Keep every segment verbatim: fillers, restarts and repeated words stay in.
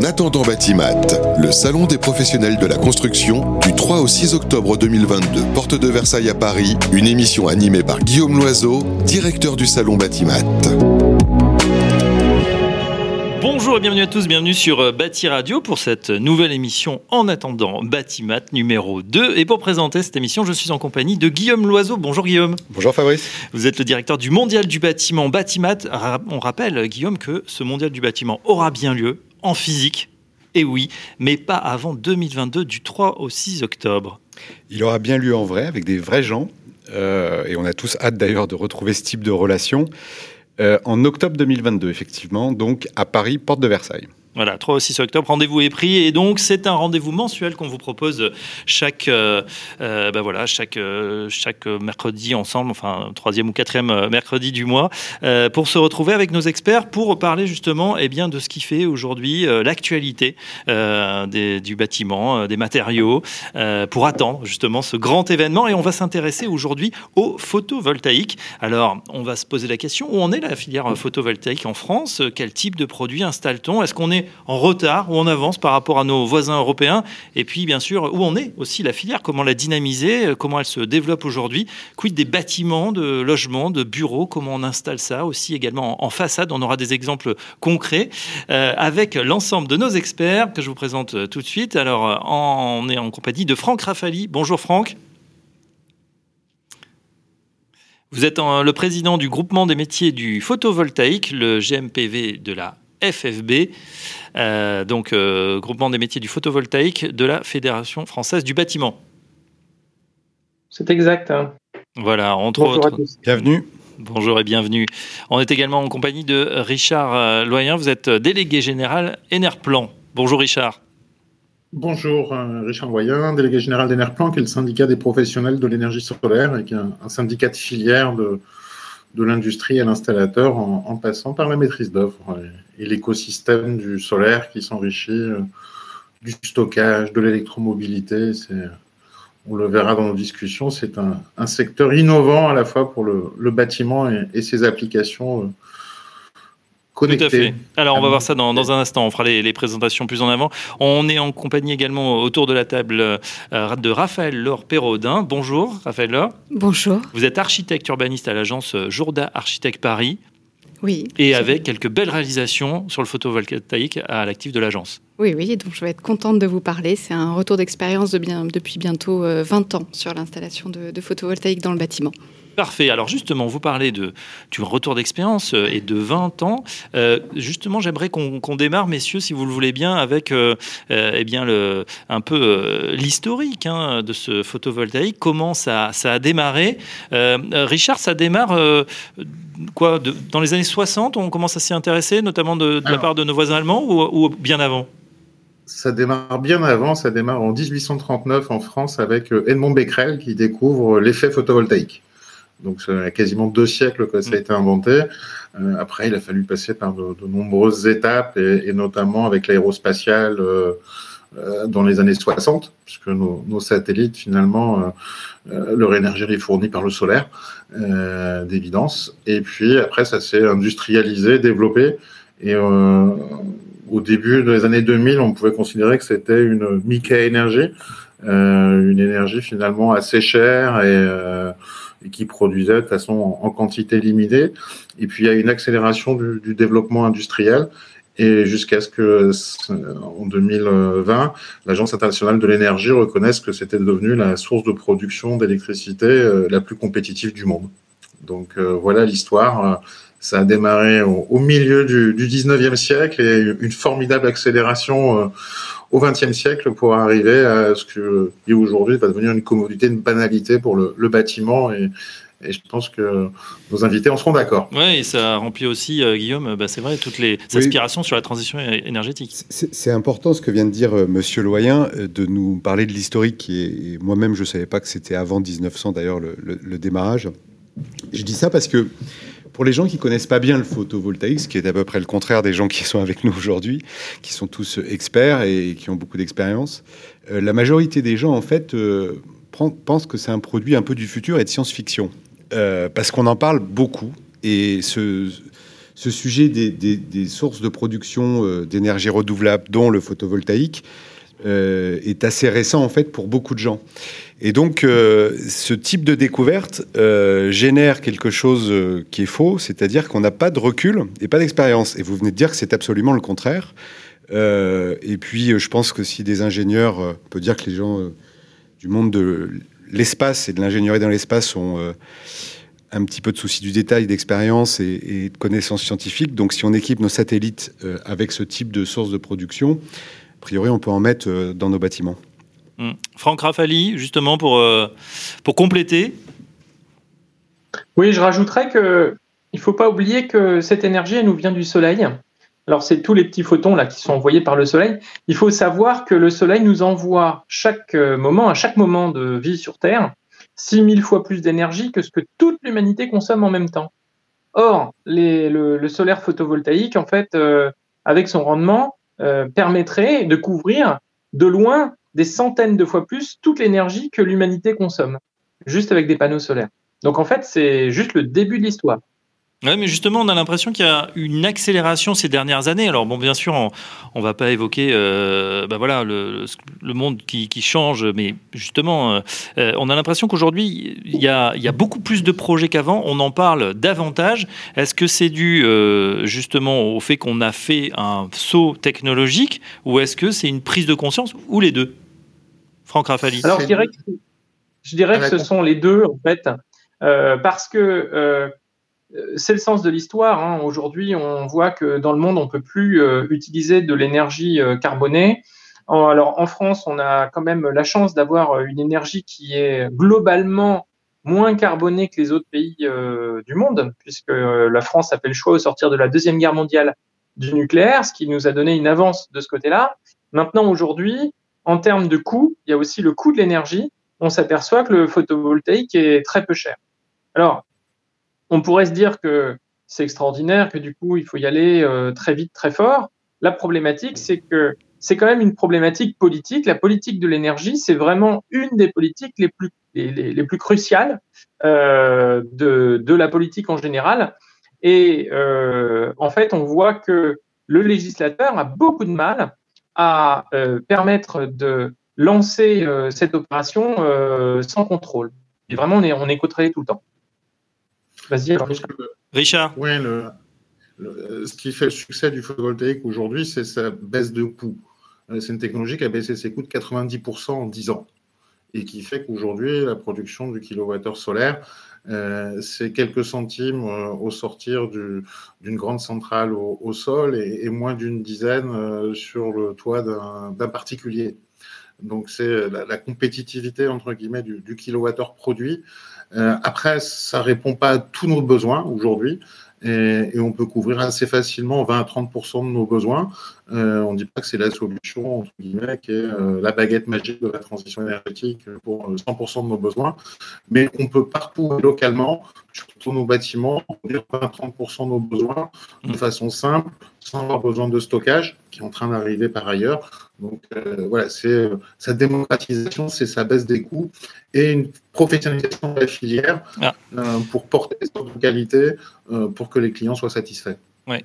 attendant Batimat, le salon des professionnels de la construction, du trois au six octobre deux mille vingt-deux, porte de Versailles à Paris, une émission animée par Guillaume Loiseau, directeur du salon Batimat. Bonjour et bienvenue à tous, bienvenue sur Bâti Radio pour cette nouvelle émission En attendant Batimat numéro deux. Et pour présenter cette émission, je suis en compagnie de Guillaume Loiseau. Bonjour Guillaume. Bonjour Fabrice. Vous êtes le directeur du Mondial du bâtiment Batimat. On rappelle Guillaume que ce Mondial du bâtiment aura bien lieu en physique, et oui, mais pas avant deux mille vingt-deux, du trois au six octobre. Il aura bien lieu en vrai, avec des vrais gens, euh, et on a tous hâte d'ailleurs de retrouver ce type de relation. Euh, en octobre deux mille vingt-deux, effectivement, donc à Paris, porte de Versailles. Voilà, trois au six octobre, rendez-vous est pris. Et donc, c'est un rendez-vous mensuel qu'on vous propose chaque, euh, euh, ben voilà, chaque, euh, chaque mercredi ensemble, enfin, troisième ou quatrième mercredi du mois, euh, pour se retrouver avec nos experts pour parler justement eh bien, de ce qui fait aujourd'hui euh, l'actualité euh, des, du bâtiment, euh, des matériaux, euh, pour attendre justement ce grand événement. Et on va s'intéresser aujourd'hui au photovoltaïque. Alors, on va se poser la question, où en est la filière photovoltaïque en France ? Quel type de produit installe-t-on ? Est-ce qu'on est en retard ou en avance par rapport à nos voisins européens? Et puis, bien sûr, où en est aussi la filière? Comment la dynamiser? Comment elle se développe aujourd'hui? Quid des bâtiments, de logements, de bureaux? Comment on installe ça aussi également en façade? On aura des exemples concrets euh, avec l'ensemble de nos experts que je vous présente tout de suite. Alors, on est en compagnie de Franck Rafali. Bonjour Franck. Vous êtes le président du groupement des métiers du photovoltaïque, le G M P V de la F F B, euh, donc euh, groupement des métiers du photovoltaïque de la Fédération française du bâtiment. C'est exact. Hein. Voilà, entre Bonjour autres. À tous. Bienvenue. Bonjour et bienvenue. On est également en compagnie de Richard Loyen. Vous êtes délégué général Enerplan. Bonjour Richard. Bonjour, euh, Richard Loyen, délégué général d'Enerplan, qui est le syndicat des professionnels de l'énergie solaire et qui est un, un syndicat de filière de, de l'industrie à l'installateur en, en passant par la maîtrise d'œuvre et, et l'écosystème du solaire qui s'enrichit euh, du stockage, de l'électromobilité. C'est, on le verra dans nos discussions, c'est un, un secteur innovant à la fois pour le, le bâtiment et, et ses applications euh, connectées. Tout à fait. Alors, on va voir ça dans, dans un instant. On fera les, les présentations plus en avant. On est en compagnie également autour de la table euh, de Raphaël Laure Perraudin. Bonjour, Raphaël Laure. Bonjour. Vous êtes architecte urbaniste à l'agence Jourda Architecte Paris. Oui. Et avec quelques belles réalisations sur le photovoltaïque à l'actif de l'agence. Oui, oui, donc je vais être contente de vous parler. C'est un retour d'expérience de bien, depuis bientôt vingt ans sur l'installation de, de photovoltaïque dans le bâtiment. Parfait. Alors justement, vous parlez de, du retour d'expérience et de vingt ans. Euh, justement, j'aimerais qu'on, qu'on démarre, messieurs, si vous le voulez bien, avec euh, euh, eh bien le, un peu euh, l'historique hein, de ce photovoltaïque. Comment ça, ça a démarré euh, Richard, ça démarre euh, quoi, de, dans les années soixante, on commence à s'y intéresser, notamment de, de la part de nos voisins allemands ou, ou bien avant? Ça démarre bien avant, ça démarre en dix-huit cent trente-neuf en France avec Edmond Becquerel qui découvre l'effet photovoltaïque. Donc, il y a quasiment deux siècles que ça a été inventé. Euh, après, il a fallu passer par de, de nombreuses étapes, et, et notamment avec l'aérospatiale euh, euh, dans les années soixante, puisque nos, nos satellites, finalement, euh, euh, leur énergie est fournie par le solaire, euh, d'évidence. Et puis, après, ça s'est industrialisé, développé. Et euh, au début des années deux mille, on pouvait considérer que c'était une micro-énergie, euh, une énergie finalement assez chère et... Euh, et qui produisait de façon en, en quantité limitée. Et puis, il y a une accélération du, du développement industriel et jusqu'à ce que, en deux mille vingt, l'Agence internationale de l'énergie reconnaisse que c'était devenu la source de production d'électricité euh, la plus compétitive du monde. Donc, euh, voilà l'histoire. Ça a démarré au, au milieu du, du dix-neuvième siècle et une formidable accélération euh, au vingtième siècle pour arriver à ce que, qui aujourd'hui va devenir une commodité, une banalité pour le, le bâtiment. Et, et je pense que nos invités en seront d'accord. Oui, et ça remplit aussi, euh, Guillaume, bah, c'est vrai, toutes les oui. aspirations sur la transition énergétique. C'est, c'est important ce que vient de dire euh, Monsieur Loyen, euh, de nous parler de l'historique. Qui est, et moi-même, je ne savais pas que c'était avant dix-neuf cents, d'ailleurs, le, le, le démarrage. Je dis ça parce que pour les gens qui ne connaissent pas bien le photovoltaïque, ce qui est à peu près le contraire des gens qui sont avec nous aujourd'hui, qui sont tous experts et qui ont beaucoup d'expérience, euh, la majorité des gens, en fait, euh, prend, pensent que c'est un produit un peu du futur et de science-fiction. Euh, parce qu'on en parle beaucoup. Et ce, ce sujet des, des, des sources de production euh, d'énergie renouvelable, dont le photovoltaïque, euh, est assez récent en fait pour beaucoup de gens. Et donc, euh, ce type de découverte euh, génère quelque chose euh, qui est faux, c'est-à-dire qu'on n'a pas de recul et pas d'expérience. Et vous venez de dire que c'est absolument le contraire. Euh, et puis, je pense que si des ingénieurs, euh, on peut dire que les gens euh, du monde de l'espace et de l'ingénierie dans l'espace ont euh, un petit peu de souci du détail, d'expérience et, et de connaissances scientifiques. Donc, si on équipe nos satellites euh, avec ce type de source de production, a priori, on peut en mettre euh, dans nos bâtiments. Mmh. Franck Rafali, justement, pour, euh, pour compléter. Oui, je rajouterais qu'il ne faut pas oublier que cette énergie, elle nous vient du Soleil. Alors, c'est tous les petits photons là, qui sont envoyés par le Soleil. Il faut savoir que le Soleil nous envoie chaque moment, à chaque moment de vie sur Terre, six mille fois plus d'énergie que ce que toute l'humanité consomme en même temps. Or, les, le, le solaire photovoltaïque, en fait, euh, avec son rendement, euh, permettrait de couvrir de loin des centaines de fois plus toute l'énergie que l'humanité consomme, juste avec des panneaux solaires. Donc en fait, c'est juste le début de l'histoire. Oui, mais justement, on a l'impression qu'il y a une accélération ces dernières années. Alors bon, bien sûr, on ne va pas évoquer euh, ben voilà, le, le monde qui, qui change, mais justement, euh, on a l'impression qu'aujourd'hui, il y a, il y a beaucoup plus de projets qu'avant. On en parle davantage. Est-ce que c'est dû euh, justement au fait qu'on a fait un saut technologique, ou est-ce que c'est une prise de conscience, ou les deux? Franck Rafali. Alors, je dirais que, je dirais que ce sont les deux, en fait, euh, parce que euh, c'est le sens de l'histoire. Hein. Aujourd'hui, on voit que dans le monde, on ne peut plus euh, utiliser de l'énergie euh, carbonée. En, alors, en France, on a quand même la chance d'avoir une énergie qui est globalement moins carbonée que les autres pays euh, du monde, puisque euh, la France a fait le choix au sortir de la Deuxième Guerre mondiale du nucléaire, ce qui nous a donné une avance de ce côté-là. Maintenant, aujourd'hui, en termes de coût, il y a aussi le coût de l'énergie. On s'aperçoit que le photovoltaïque est très peu cher. Alors, on pourrait se dire que c'est extraordinaire, que du coup, il faut y aller euh, très vite, très fort. La problématique, c'est que c'est quand même une problématique politique. La politique de l'énergie, c'est vraiment une des politiques les plus, les, les, les plus cruciales euh, de, de la politique en général. Et euh, en fait, on voit que le législateur a beaucoup de mal à euh, permettre de lancer euh, cette opération euh, sans contrôle. Et vraiment, on est, on est contrarié tout le temps. Vas-y, alors, Richard. Richard. Oui, le, le, ce qui fait le succès du photovoltaïque aujourd'hui, c'est sa baisse de coût. C'est une technologie qui a baissé ses coûts de quatre-vingt-dix pour cent en dix ans et qui fait qu'aujourd'hui, la production du kilowattheure solaire, euh, c'est quelques centimes euh, au sortir du, d'une grande centrale au, au sol et, et moins d'une dizaine euh, sur le toit d'un, d'un particulier. Donc, c'est la, la compétitivité, entre guillemets, du, du kilowattheure produit. Euh, après, ça répond pas à tous nos besoins aujourd'hui et, et on peut couvrir assez facilement vingt à trente pour cent de nos besoins. Euh, on ne dit pas que c'est la solution, entre guillemets, qui est euh, la baguette magique de la transition énergétique pour cent pour cent de nos besoins, mais on peut partout localement, sur tous nos bâtiments, couvrir vingt à trente pour cent de nos besoins de façon simple, sans avoir besoin de stockage, qui est en train d'arriver par ailleurs. Donc euh, voilà, c'est euh, sa démocratisation, c'est sa baisse des coûts et une professionnalisation de la filière ah. euh, pour porter des sortes de qualité euh, pour que les clients soient satisfaits. Oui.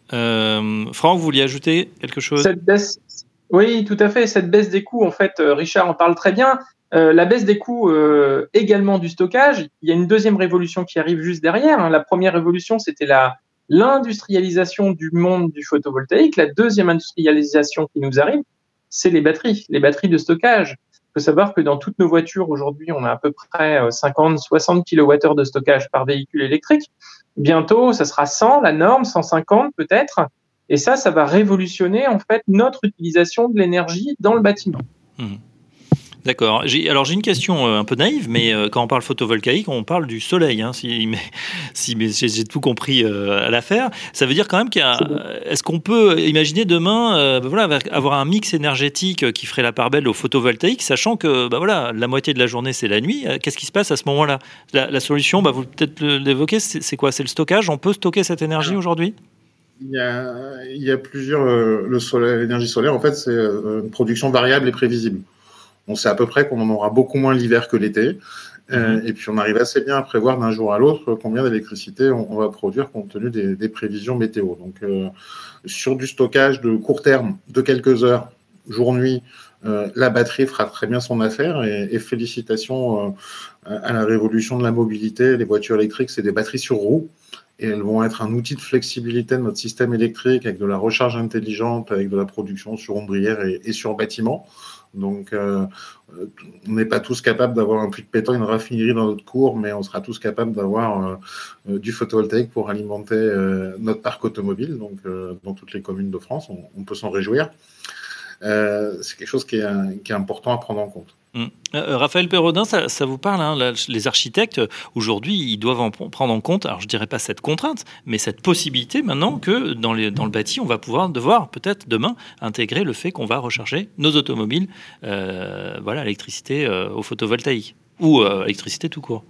Euh, Franck, vous vouliez ajouter quelque chose? Cette baisse, oui, tout à fait. Cette baisse des coûts, en fait, Richard en parle très bien. Euh, la baisse des coûts euh, également du stockage. Il y a une deuxième révolution qui arrive juste derrière. Hein. La première révolution, c'était la l'industrialisation du monde du photovoltaïque. La deuxième industrialisation qui nous arrive, c'est les batteries, les batteries de stockage. Il faut savoir que dans toutes nos voitures, aujourd'hui, on a à peu près cinquante à soixante kilowattheures de stockage par véhicule électrique. Bientôt, ça sera cent, la norme, cent cinquante peut-être. Et ça, ça va révolutionner, en fait, notre utilisation de l'énergie dans le bâtiment. Mmh. D'accord. J'ai, alors j'ai une question euh, un peu naïve, mais euh, quand on parle photovoltaïque, on parle du soleil. Hein, si, mais, si mais j'ai, j'ai tout compris euh, à l'affaire, ça veut dire quand même qu'il y a. Est-ce qu'on peut imaginer demain, euh, ben voilà, avoir un mix énergétique qui ferait la part belle au photovoltaïque, sachant que ben voilà, la moitié de la journée c'est la nuit. Qu'est-ce qui se passe à ce moment-là? La, la solution, ben, vous peut-être l'évoquer, c'est, c'est quoi? C'est le stockage. On peut stocker cette énergie aujourd'hui? Il y a, il y a plusieurs. Euh, le soleil, l'énergie solaire, en fait, c'est une production variable et prévisible. On sait à peu près qu'on en aura beaucoup moins l'hiver que l'été. Euh, et puis, on arrive assez bien à prévoir d'un jour à l'autre combien d'électricité on, on va produire compte tenu des, des prévisions météo. Donc, euh, sur du stockage de court terme, de quelques heures, jour-nuit, euh, la batterie fera très bien son affaire. Et, et félicitations euh, à la révolution de la mobilité. Les voitures électriques, c'est des batteries sur roues. Et elles vont être un outil de flexibilité de notre système électrique avec de la recharge intelligente, avec de la production sur ombrière et, et sur bâtiment. Donc, euh, on n'est pas tous capables d'avoir un puits de pétrole, une raffinerie dans notre cour, mais on sera tous capables d'avoir euh, du photovoltaïque pour alimenter euh, notre parc automobile. Donc, euh, dans toutes les communes de France, on, on peut s'en réjouir. Euh, c'est quelque chose qui est, qui est important à prendre en compte. Mmh. Euh, Raphaël Perrodin, ça, ça vous parle, hein, là, les architectes, aujourd'hui, ils doivent en prendre en compte, alors je ne dirais pas cette contrainte, mais cette possibilité maintenant que dans, les, dans le bâti, on va pouvoir devoir peut-être demain intégrer le fait qu'on va recharger nos automobiles, euh, voilà, l'électricité euh, au photovoltaïque ou euh, électricité tout court.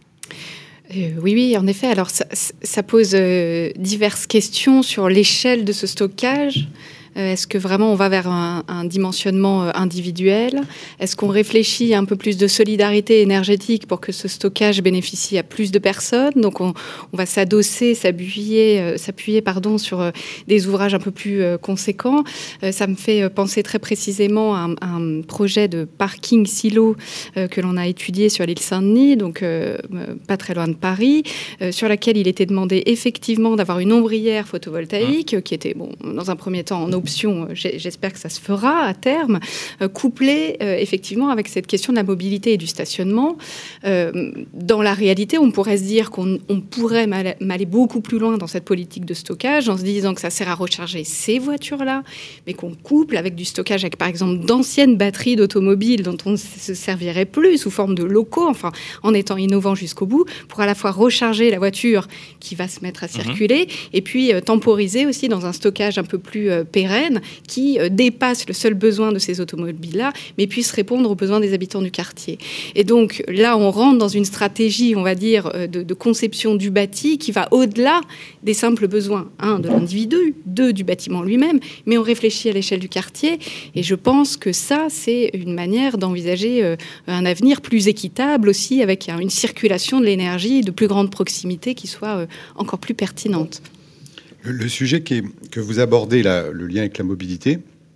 Euh, oui, oui, en effet. Alors, ça, ça pose euh, diverses questions sur l'échelle de ce stockage. Euh, est-ce que vraiment on va vers un, un dimensionnement euh, individuel ? Est-ce qu'on réfléchit à un peu plus de solidarité énergétique pour que ce stockage bénéficie à plus de personnes ? Donc on, on va s'adosser, s'appuyer, euh, s'appuyer pardon, sur euh, des ouvrages un peu plus euh, conséquents. Euh, ça me fait penser très précisément à un, à un projet de parking silo euh, que l'on a étudié sur l'île Saint-Denis, donc euh, pas très loin de Paris, euh, sur laquelle il était demandé effectivement d'avoir une ombrière photovoltaïque mmh. qui était, bon, dans un premier temps en option, j'espère que ça se fera à terme, euh, couplé euh, effectivement avec cette question de la mobilité et du stationnement. Euh, dans la réalité, on pourrait se dire qu'on on pourrait mal, aller beaucoup plus loin dans cette politique de stockage en se disant que ça sert à recharger ces voitures-là, mais qu'on couple avec du stockage avec par exemple d'anciennes batteries d'automobiles dont on ne se servirait plus sous forme de locaux, enfin en étant innovant jusqu'au bout, pour à la fois recharger la voiture qui va se mettre à circuler mmh. et puis euh, temporiser aussi dans un stockage un peu plus euh, pérenne qui euh, dépasse le seul besoin de ces automobiles-là, mais puisse répondre aux besoins des habitants du quartier. Et donc là, on rentre dans une stratégie, on va dire, de, de conception du bâti qui va au-delà des simples besoins, un, de l'individu, deux, du bâtiment lui-même, mais on réfléchit à l'échelle du quartier. Et je pense que ça, c'est une manière d'envisager euh, un avenir plus équitable aussi, avec hein, une circulation de l'énergie de plus grande proximité qui soit euh, encore plus pertinente. Le, le sujet qui est, que vous abordez, là, le lien avec la mobilité,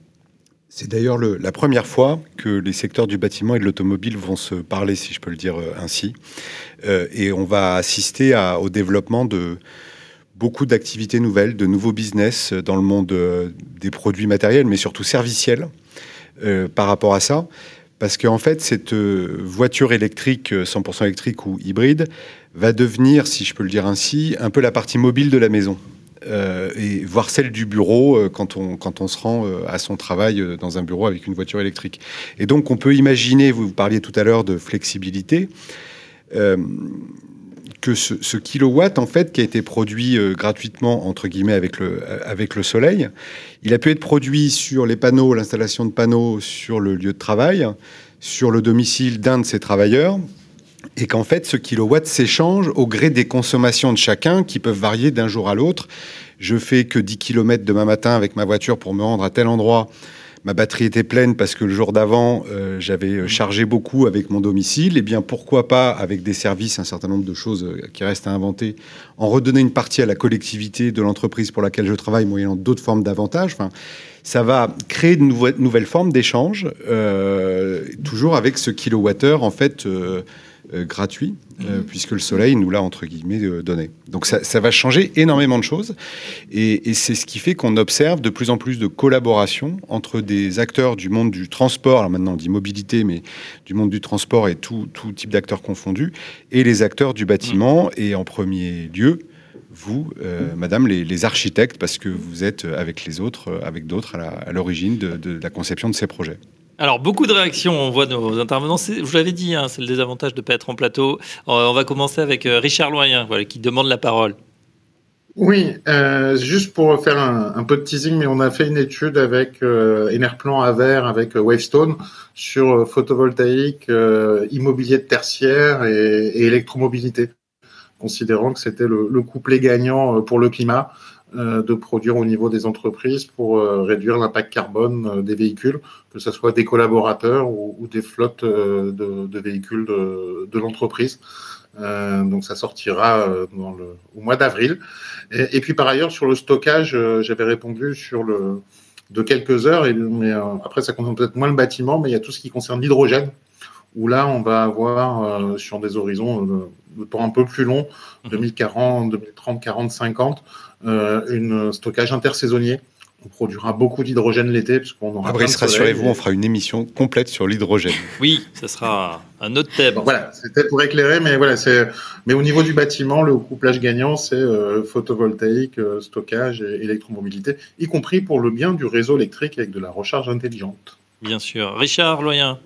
c'est d'ailleurs le, la première fois que les secteurs du bâtiment et de l'automobile vont se parler, si je peux le dire ainsi. Euh, et on va assister à, au développement de beaucoup d'activités nouvelles, de nouveaux business dans le monde euh, des produits matériels, mais surtout serviciels euh, par rapport à ça. Parce qu'en fait, cette euh, voiture électrique, cent pour cent électrique ou hybride, va devenir, si je peux le dire ainsi, un peu la partie mobile de la maison. Euh, et voire celle du bureau euh, quand, on, quand on se rend euh, à son travail euh, dans un bureau avec une voiture électrique. Et donc, on peut imaginer, vous, vous parliez tout à l'heure de flexibilité, euh, que ce, ce kilowatt, en fait, qui a été produit euh, gratuitement, entre guillemets, avec le, avec le soleil, il a pu être produit sur les panneaux, l'installation de panneaux sur le lieu de travail, sur le domicile d'un de ses travailleurs, et qu'en fait, ce kilowatt s'échange au gré des consommations de chacun qui peuvent varier d'un jour à l'autre. Je fais que dix kilomètres demain matin avec ma voiture pour me rendre à tel endroit. Ma batterie était pleine parce que le jour d'avant, euh, j'avais chargé beaucoup avec mon domicile. Eh bien, pourquoi pas, avec des services, un certain nombre de choses qui restent à inventer, en redonner une partie à la collectivité de l'entreprise pour laquelle je travaille, moyennant d'autres formes d'avantages. Enfin, ça va créer de nouvelles, nouvelles formes d'échange, euh, toujours avec ce kilowattheure, en fait... Euh, Euh, gratuit, euh, mmh. puisque le soleil nous l'a, entre guillemets, euh, donné. Donc ça, ça va changer énormément de choses, et, et c'est ce qui fait qu'on observe de plus en plus de collaboration entre des acteurs du monde du transport, alors maintenant on dit mobilité, mais du monde du transport et tout, tout type d'acteurs confondus, et les acteurs du bâtiment, mmh. et en premier lieu, vous, euh, madame, les, les architectes, parce que vous êtes avec les autres, avec d'autres, à, la, à l'origine de, de la conception de ces projets. Alors, beaucoup de réactions, on voit nos intervenants. C'est, je vous l'avais dit, hein, c'est le désavantage de ne pas être en plateau. Euh, on va commencer avec Richard Loyen, voilà, qui demande la parole. Oui, euh, juste pour faire un, un peu de teasing, mais on a fait une étude avec euh, Enerplan Aver, avec euh, Wavestone, sur euh, photovoltaïque, euh, immobilier de tertiaire et, et électromobilité, considérant que c'était le, le couplet gagnant pour le climat. euh, de produire au niveau des entreprises pour euh, réduire l'impact carbone euh, des véhicules, que ce soit des collaborateurs ou, ou des flottes euh, de, de véhicules de, de l'entreprise. Euh, donc ça sortira euh, dans le, au mois d'avril. Et, et puis par ailleurs, sur le stockage, euh, j'avais répondu sur le de quelques heures, et, mais euh, après ça concerne peut-être moins le bâtiment, mais il y a tout ce qui concerne l'hydrogène, où là on va avoir euh, sur des horizons euh, de temps un peu plus long, deux mille quarante, deux mille trente, quarante, cinquante, euh, une stockage intersaisonnier. On produira beaucoup d'hydrogène l'été, puisqu'on aura. Fabrice, rassurez-vous, et... on fera une émission complète sur l'hydrogène. Oui, ça sera un autre thème. Bon, voilà, c'était pour éclairer, mais voilà, c'est. Mais au niveau du bâtiment, le couplage gagnant, c'est euh, photovoltaïque, euh, stockage et électromobilité, y compris pour le bien du réseau électrique avec de la recharge intelligente. Bien sûr. Richard Loyen.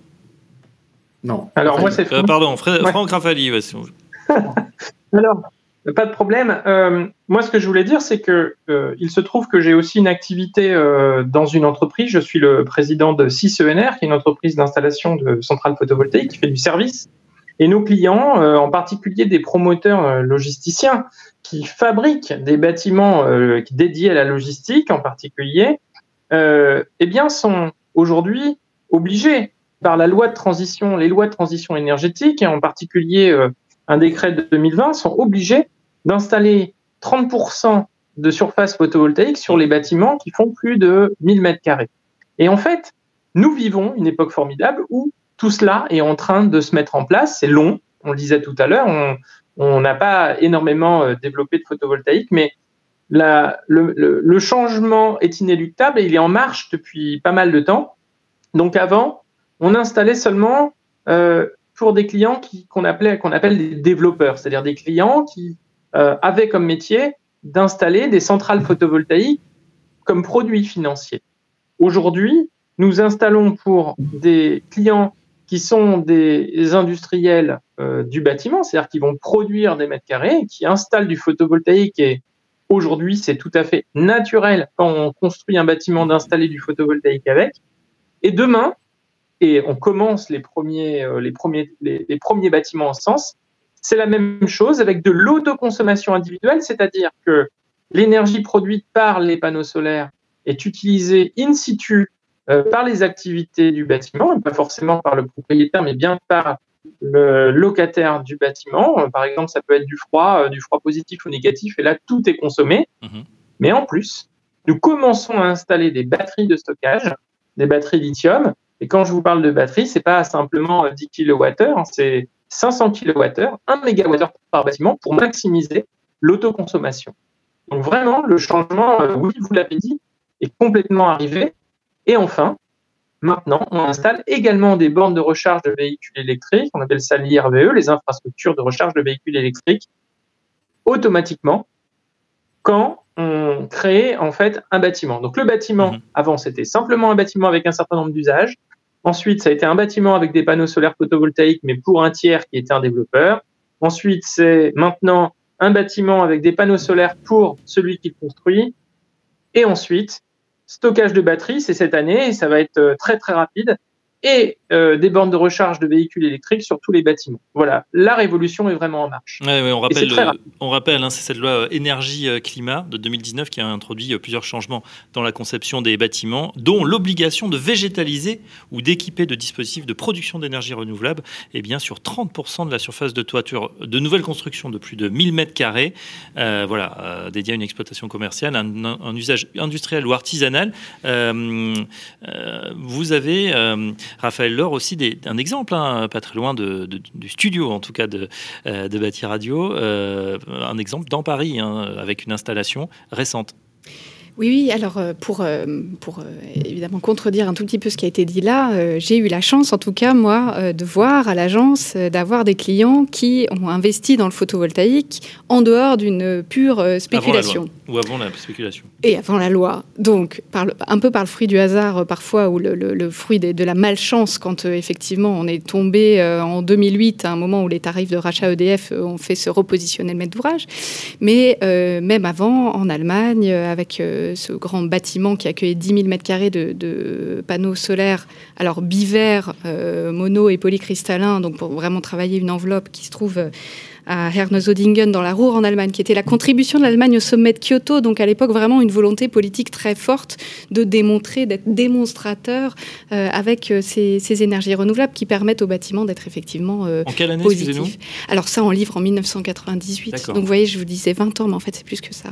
Non. Alors Raphaël. moi, c'est euh, pardon, Fra- ouais. Franck Rafali. Ouais, Alors. Pas de problème. Euh, moi, ce que je voulais dire, c'est que euh, il se trouve que j'ai aussi une activité euh, dans une entreprise. Je suis le président de C I S E N R, qui est une entreprise d'installation de centrales photovoltaïques qui fait du service. Et nos clients, euh, en particulier des promoteurs euh, logisticiens, qui fabriquent des bâtiments euh, dédiés à la logistique, en particulier, euh, eh bien, sont aujourd'hui obligés par la loi de transition, les lois de transition énergétique, et en particulier euh, un décret de deux mille vingt, sont obligés d'installer trente pour cent de surface photovoltaïque sur les bâtiments qui font plus de mille mètres carrés. Et en fait, nous vivons une époque formidable où tout cela est en train de se mettre en place. C'est long, on le disait tout à l'heure, on n'a pas énormément développé de photovoltaïque, mais la, le, le, le changement est inéluctable et il est en marche depuis pas mal de temps. Donc avant, on installait seulement euh, pour des clients qui, qu'on, appelait, qu'on appelle des développeurs, c'est-à-dire des clients qui euh, avaient comme métier d'installer des centrales photovoltaïques comme produit financier. Aujourd'hui, nous installons pour des clients qui sont des industriels euh, du bâtiment, c'est-à-dire qui vont produire des mètres carrés, qui installent du photovoltaïque. Et aujourd'hui, c'est tout à fait naturel quand on construit un bâtiment d'installer du photovoltaïque avec. Et demain, et on commence les premiers, euh, les premiers, les, les premiers bâtiments en ce sens, c'est la même chose avec de l'autoconsommation individuelle, c'est-à-dire que l'énergie produite par les panneaux solaires est utilisée in situ euh, par les activités du bâtiment, et pas forcément par le propriétaire, mais bien par le locataire du bâtiment. Euh, par exemple, ça peut être du froid, euh, du froid positif ou négatif, et là, tout est consommé. Mmh. Mais en plus, nous commençons à installer des batteries de stockage, des batteries lithium. Et quand je vous parle de batterie, c'est pas simplement dix kilowattheures, c'est cinq cents kilowattheures, un mégawattheure par bâtiment pour maximiser l'autoconsommation. Donc vraiment, le changement, euh, oui, vous l'avez dit, est complètement arrivé. Et enfin, maintenant, on installe également des bornes de recharge de véhicules électriques, on appelle ça l'I R V E, les infrastructures de recharge de véhicules électriques, automatiquement, quand on crée en fait un bâtiment. Donc le bâtiment, mmh. avant, c'était simplement un bâtiment avec un certain nombre d'usages. Ensuite, ça a été un bâtiment avec des panneaux solaires photovoltaïques, mais pour un tiers qui était un développeur. Ensuite, c'est maintenant un bâtiment avec des panneaux solaires pour celui qui le construit. Et ensuite, stockage de batterie, c'est cette année, et ça va être très, très rapide. Et euh, des bornes de recharge de véhicules électriques sur tous les bâtiments. Voilà, la révolution est vraiment en marche. Ouais, ouais, on rappelle, le, on rappelle hein, c'est cette loi énergie-climat de deux mille dix-neuf qui a introduit plusieurs changements dans la conception des bâtiments, dont l'obligation de végétaliser ou d'équiper de dispositifs de production d'énergie renouvelable et bien sur trente pour cent de la surface de toiture de nouvelles constructions de plus de mille mètres carrés, euh, voilà, euh, dédié à une exploitation commerciale, un, un, un usage industriel ou artisanal. Euh, euh, vous avez... Euh, Raphaël Laure aussi des, un exemple, hein, pas très loin de, de, du studio en tout cas de, euh, de Bâti Radio, euh, un exemple dans Paris hein, avec une installation récente. Oui, oui, alors pour, pour évidemment contredire un tout petit peu ce qui a été dit là, j'ai eu la chance en tout cas moi de voir à l'agence d'avoir des clients qui ont investi dans le photovoltaïque en dehors d'une pure spéculation. Avant la loi, ou avant la spéculation. Et avant la loi. Donc par le, un peu par le fruit du hasard parfois, ou le, le, le fruit de, de la malchance quand euh, effectivement on est tombé euh, en deux mille huit à un moment où les tarifs de rachat E D F euh, ont fait se repositionner le maître d'ouvrage. Mais euh, même avant, en Allemagne, avec... Euh, ce grand bâtiment qui accueillait dix mille mètres carrés de, de panneaux solaires, alors bivers, euh, mono et polycristallins, donc pour vraiment travailler une enveloppe qui se trouve à Herne-Zodingen dans la Ruhr en Allemagne, qui était la contribution de l'Allemagne au sommet de Kyoto. Donc à l'époque, vraiment une volonté politique très forte de démontrer, d'être démonstrateur euh, avec euh, ces, ces énergies renouvelables qui permettent aux bâtiments d'être effectivement euh, en quelle année, positifs. excusez-nous ? Alors ça, en livre en mille neuf cent quatre-vingt-dix-huit. D'accord. Donc vous voyez, je vous disais vingt ans, mais en fait c'est plus que ça.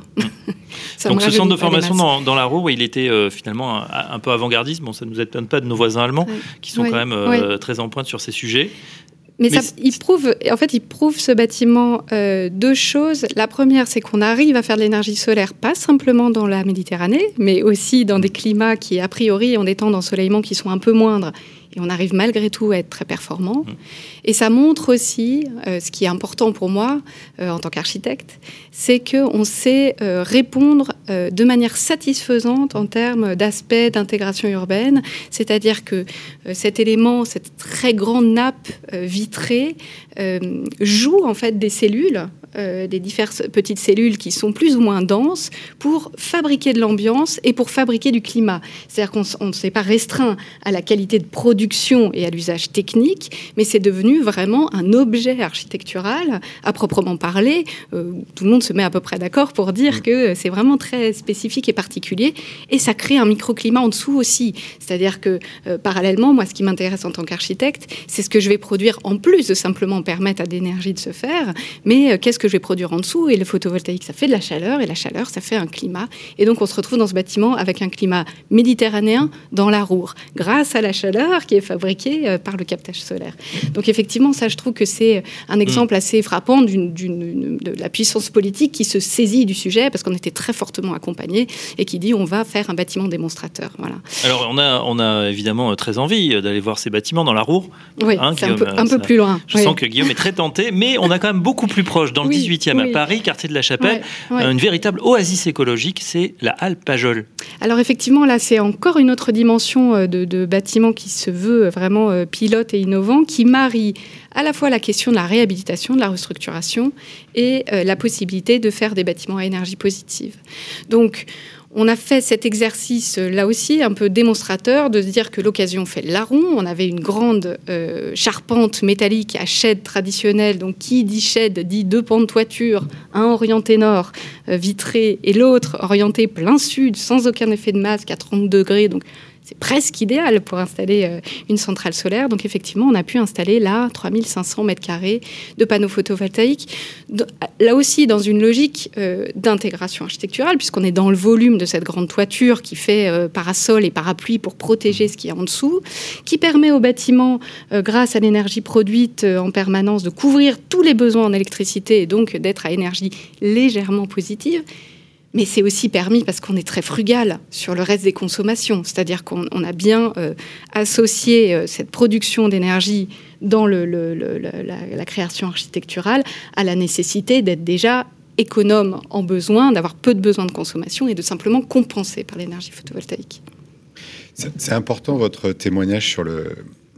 ça Donc ce centre de formation dans, dans la Ruhr, il était euh, finalement un, un peu avant-gardiste. Bon, ça ne nous étonne pas de nos voisins allemands ouais. qui sont ouais. quand même euh, ouais. très en pointe sur ces sujets. Mais, Mais ça, il prouve, en fait, il prouve ce bâtiment euh, deux choses. La première, c'est qu'on arrive à faire de l'énergie solaire, pas simplement dans la Méditerranée, mais aussi dans des climats qui, a priori, ont des temps d'ensoleillement qui sont un peu moindres. Et on arrive malgré tout à être très performant. Mmh. Et ça montre aussi, euh, ce qui est important pour moi euh, en tant qu'architecte, c'est qu'on sait euh, répondre euh, de manière satisfaisante en termes d'aspect d'intégration urbaine. C'est-à-dire que euh, cet élément, cette très grande nappe euh, vitrée, euh, joue en fait des cellules, euh, des diverses petites cellules qui sont plus ou moins denses pour fabriquer de l'ambiance et pour fabriquer du climat. C'est-à-dire qu'on ne s'est pas restreint à la qualité de production et à l'usage technique, mais c'est devenu vraiment un objet architectural à proprement parler. Euh, tout le monde se met à peu près d'accord pour dire que c'est vraiment très spécifique et particulier, et ça crée un microclimat en dessous aussi. C'est-à-dire que, euh, parallèlement, moi, ce qui m'intéresse en tant qu'architecte, c'est ce que je vais produire en plus de simplement permettre à l'énergie de se faire, mais euh, qu'est-ce que je vais produire en dessous ? Et le photovoltaïque, ça fait de la chaleur, et la chaleur, ça fait un climat. Et donc, on se retrouve dans ce bâtiment avec un climat méditerranéen dans la Ruhr, grâce à la chaleur qui est fabriquée par le captage solaire. Donc effectivement, ça, je trouve que c'est un exemple assez frappant d'une, d'une, de la puissance politique qui se saisit du sujet, parce qu'on était très fortement accompagnés, et qui dit on va faire un bâtiment démonstrateur. Voilà. Alors on a, on a évidemment très envie d'aller voir ces bâtiments dans la Ruhr. Oui, hein, c'est Guillaume, un peu, un peu plus loin. Je oui. sens que Guillaume est très tenté, mais on a quand même beaucoup plus proche, dans le oui, dix-huitième, oui. à Paris, quartier de la Chapelle, ouais, ouais. une véritable oasis écologique, c'est la Halle Pajol. Alors effectivement, là, c'est encore une autre dimension de, de bâtiment qui se veut vraiment euh, pilote et innovant, qui marie à la fois la question de la réhabilitation, de la restructuration, et euh, la possibilité de faire des bâtiments à énergie positive. Donc, on a fait cet exercice, là aussi, un peu démonstrateur, de se dire que l'occasion fait le larron. On avait une grande euh, charpente métallique à shed traditionnelle. Donc, qui dit shed dit deux pans de toiture, un orienté nord, euh, vitré, et l'autre orienté plein sud, sans aucun effet de masque, à trente degrés. Donc, c'est presque idéal pour installer euh, une centrale solaire. Donc, effectivement, on a pu installer là trois mille cinq cents mètres carrés de panneaux photovoltaïques. De, là aussi, dans une logique euh, d'intégration architecturale, puisqu'on est dans le volume de cette grande toiture qui fait euh, parasol et parapluie pour protéger ce qui est en dessous, qui permet au bâtiment, euh, grâce à l'énergie produite euh, en permanence, de couvrir tous les besoins en électricité et donc d'être à énergie légèrement positive. Mais c'est aussi permis parce qu'on est très frugal sur le reste des consommations. C'est-à-dire qu'on on a bien euh, associé euh, cette production d'énergie dans le, le, le, la, la création architecturale à la nécessité d'être déjà économe en besoin, d'avoir peu de besoins de consommation et de simplement compenser par l'énergie photovoltaïque. C'est, c'est important votre témoignage sur le,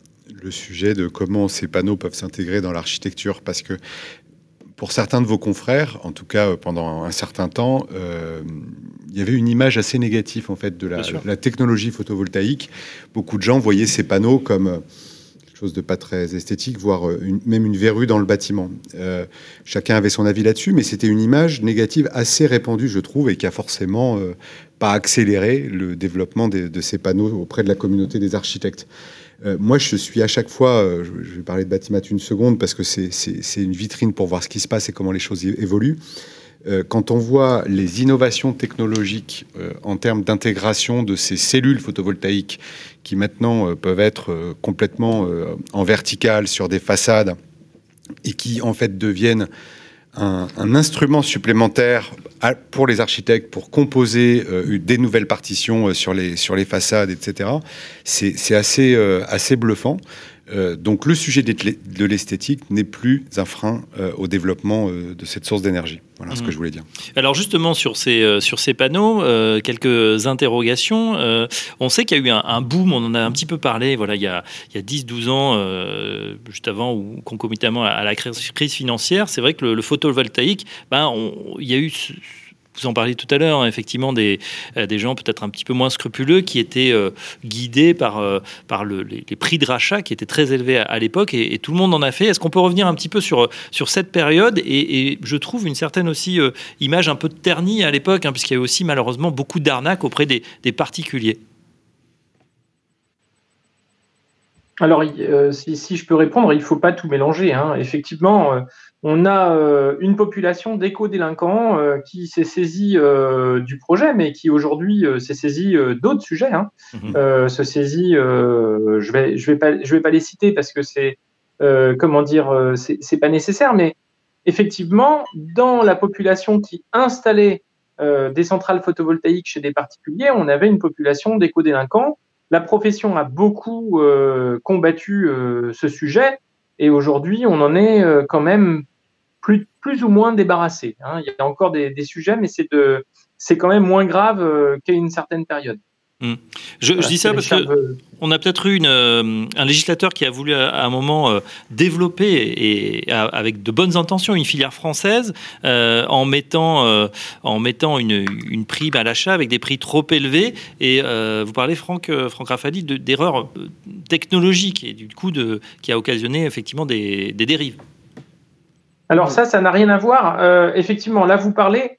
le sujet de comment ces panneaux peuvent s'intégrer dans l'architecture, parce que pour certains de vos confrères, en tout cas pendant un certain temps, euh, il y avait une image assez négative en fait de la, la technologie photovoltaïque. Beaucoup de gens voyaient ces panneaux comme quelque chose de pas très esthétique, voire une, même une verrue dans le bâtiment. Euh, chacun avait son avis là-dessus, mais c'était une image négative assez répandue, je trouve, et qui a forcément euh, pas accéléré le développement des, de ces panneaux auprès de la communauté des architectes. Euh, moi, je suis à chaque fois, euh, je vais parler de Batimat une seconde parce que c'est, c'est, c'est une vitrine pour voir ce qui se passe et comment les choses évoluent. Euh, quand on voit les innovations technologiques euh, en termes d'intégration de ces cellules photovoltaïques qui maintenant euh, peuvent être euh, complètement euh, en verticale sur des façades et qui en fait deviennent Un, un instrument supplémentaire à, pour les architectes pour composer euh, des nouvelles partitions euh, sur, les, sur les façades, et cetera. C'est, c'est assez, euh, assez bluffant. Euh, donc le sujet de l'esthétique n'est plus un frein euh, au développement euh, de cette source d'énergie. Voilà mmh. ce que je voulais dire. Alors justement sur ces, euh, sur ces panneaux, euh, quelques interrogations. Euh, on sait qu'il y a eu un, un boom, on en a un petit peu parlé voilà, il y a, il y a dix douze ans, euh, juste avant ou concomitamment à la crise financière. C'est vrai que le, le photovoltaïque, ben, on, il y a eu... Ce, vous en parliez tout à l'heure, hein, effectivement, des, euh, des gens peut-être un petit peu moins scrupuleux qui étaient euh, guidés par, euh, par le, les, les prix de rachat qui étaient très élevés à, à l'époque, et, et tout le monde en a fait. Est-ce qu'on peut revenir un petit peu sur, sur cette période, et, et je trouve une certaine aussi euh, image un peu ternie à l'époque, hein, puisqu'il y a aussi malheureusement beaucoup d'arnaques auprès des, des particuliers. Alors, euh, si, si je peux répondre, il ne faut pas tout mélanger, hein. Effectivement, euh, on a euh, une population d'éco-délinquants euh, qui s'est saisie euh, du projet, mais qui aujourd'hui euh, s'est saisie euh, d'autres sujets. Hein. Mmh. Euh, se saisit, euh, je vais, je vais pas, je vais pas les citer parce que c'est, euh, comment dire, euh, c'est, c'est pas nécessaire, mais effectivement, dans la population qui installait euh, des centrales photovoltaïques chez des particuliers, on avait une population d'éco-délinquants. La profession a beaucoup euh, combattu euh, ce sujet, et aujourd'hui, on en est euh, quand même plus, plus ou moins débarrassé. Hein. Il y a encore des, des sujets, mais c'est, de, c'est quand même moins grave euh, qu'à une certaine période. Mmh. Je, voilà, je dis ça parce qu'on a peut-être eu une, euh, un législateur qui a voulu à, à un moment euh, développer, et, et à, avec de bonnes intentions, une filière française euh, en mettant, euh, en mettant une, une prime à l'achat avec des prix trop élevés. Et euh, vous parlez, Franck, Franck Raffaly, de, d'erreurs technologiques et du coup de, qui a occasionné effectivement des, des dérives. Alors ça, ça n'a rien à voir. Euh, effectivement, là, vous parlez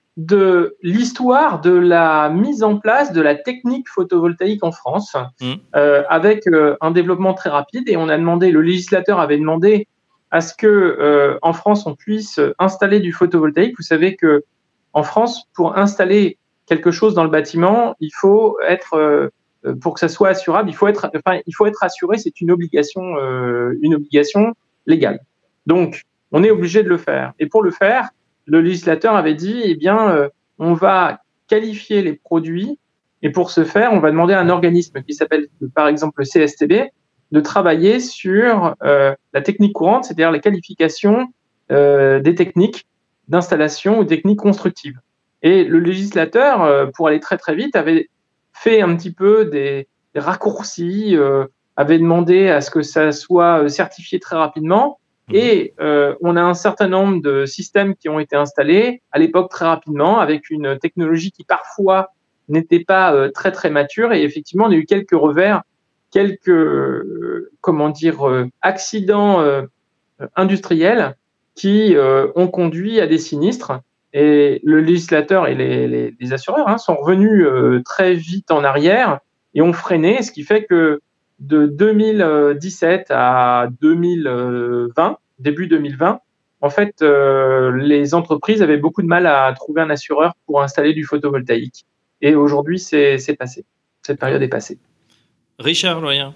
de l'histoire de la mise en place de la technique photovoltaïque en France, mmh. euh, avec euh, un développement très rapide. Et on a demandé, le législateur avait demandé à ce que euh, en France on puisse installer du photovoltaïque. Vous savez que en France, pour installer quelque chose dans le bâtiment, il faut être, euh, pour que ça soit assurable, il faut être, enfin, il faut être assuré. C'est une obligation, euh, une obligation légale. Donc, on est obligé de le faire. Et pour le faire, le législateur avait dit, eh bien, euh, on va qualifier les produits, et pour ce faire, on va demander à un organisme qui s'appelle, par exemple, le C S T B, de travailler sur euh, la technique courante, c'est-à-dire la qualification euh, des techniques d'installation ou techniques constructives. Et le législateur, euh, pour aller très très vite, avait fait un petit peu des, des raccourcis, euh, avait demandé à ce que ça soit certifié très rapidement. Et euh, on a un certain nombre de systèmes qui ont été installés à l'époque très rapidement, avec une technologie qui parfois n'était pas euh, très très mature. Et effectivement, on a eu quelques revers, quelques euh, comment dire euh, accidents euh, industriels qui euh, ont conduit à des sinistres. Et le législateur et les, les, les assureurs hein, sont revenus euh, très vite en arrière et ont freiné, ce qui fait que de deux mille dix-sept à deux mille vingt, début deux mille vingt, en fait, euh, les entreprises avaient beaucoup de mal à trouver un assureur pour installer du photovoltaïque. Et aujourd'hui, c'est, c'est passé. Cette période est passée. Richard Loyen.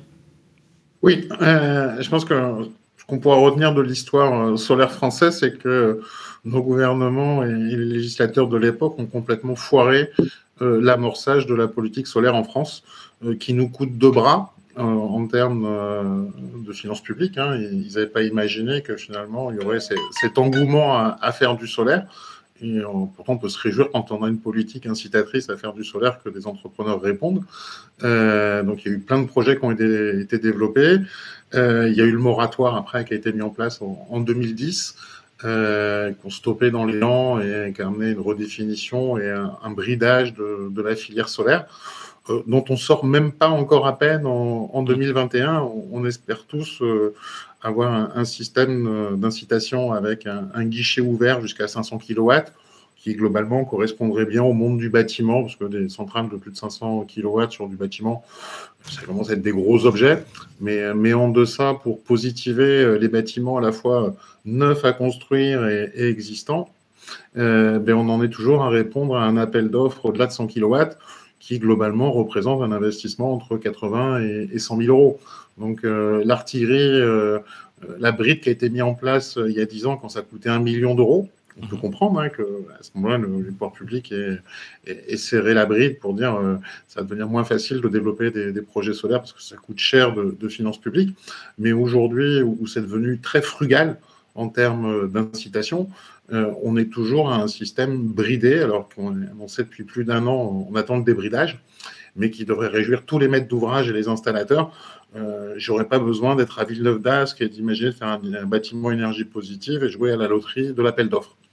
Oui, euh, je pense que ce qu'on pourra retenir de l'histoire solaire française, c'est que nos gouvernements et les législateurs de l'époque ont complètement foiré euh, l'amorçage de la politique solaire en France, euh, qui nous coûte deux bras. Euh, en termes euh, de finances publiques, hein, ils n'avaient pas imaginé que finalement il y aurait ces, cet engouement à, à faire du solaire. Et euh, pourtant, on peut se réjouir quand on a une politique incitatrice à faire du solaire que des entrepreneurs répondent. Euh, donc, il y a eu plein de projets qui ont été, été développés. Euh, il y a eu le moratoire après qui a été mis en place en, en deux mille dix, euh, qui ont stoppé dans l'élan et qui a amené une redéfinition et un, un bridage de, de la filière solaire, dont on sort même pas encore à peine en, en deux mille vingt et un. On, on espère tous euh, avoir un, un système euh, d'incitation avec un, un guichet ouvert jusqu'à cinq cents kilowatts, qui globalement correspondrait bien au monde du bâtiment, parce que des centrales de plus de cinq cents kilowatts sur du bâtiment, ça commence à être des gros objets. Mais, mais en deçà, pour positiver les bâtiments à la fois neufs à construire et, et existants, euh, ben on en est toujours à répondre à un appel d'offres au-delà de cent kilowatts, qui globalement représente un investissement entre quatre-vingts et cent mille euros. Donc euh, l'artillerie, euh, la bride qui a été mise en place euh, il y a dix ans, quand ça coûtait un million d'euros, on peut comprendre hein, qu'à ce moment-là, le, le pouvoir public ait serré la bride pour dire euh, ça va devenir moins facile de développer des, des projets solaires parce que ça coûte cher de, de finances publiques. Mais aujourd'hui, où, où c'est devenu très frugal en termes d'incitation, Euh, on est toujours à un système bridé, alors qu'on on sait depuis plus d'un an, on attend le débridage, mais qui devrait réjouir tous les maîtres d'ouvrage et les installateurs. Euh, j'aurais pas besoin d'être à Villeneuve d'Ascq et d'imaginer de faire un, un bâtiment énergie positive et jouer à la loterie de l'appel d'offres. Je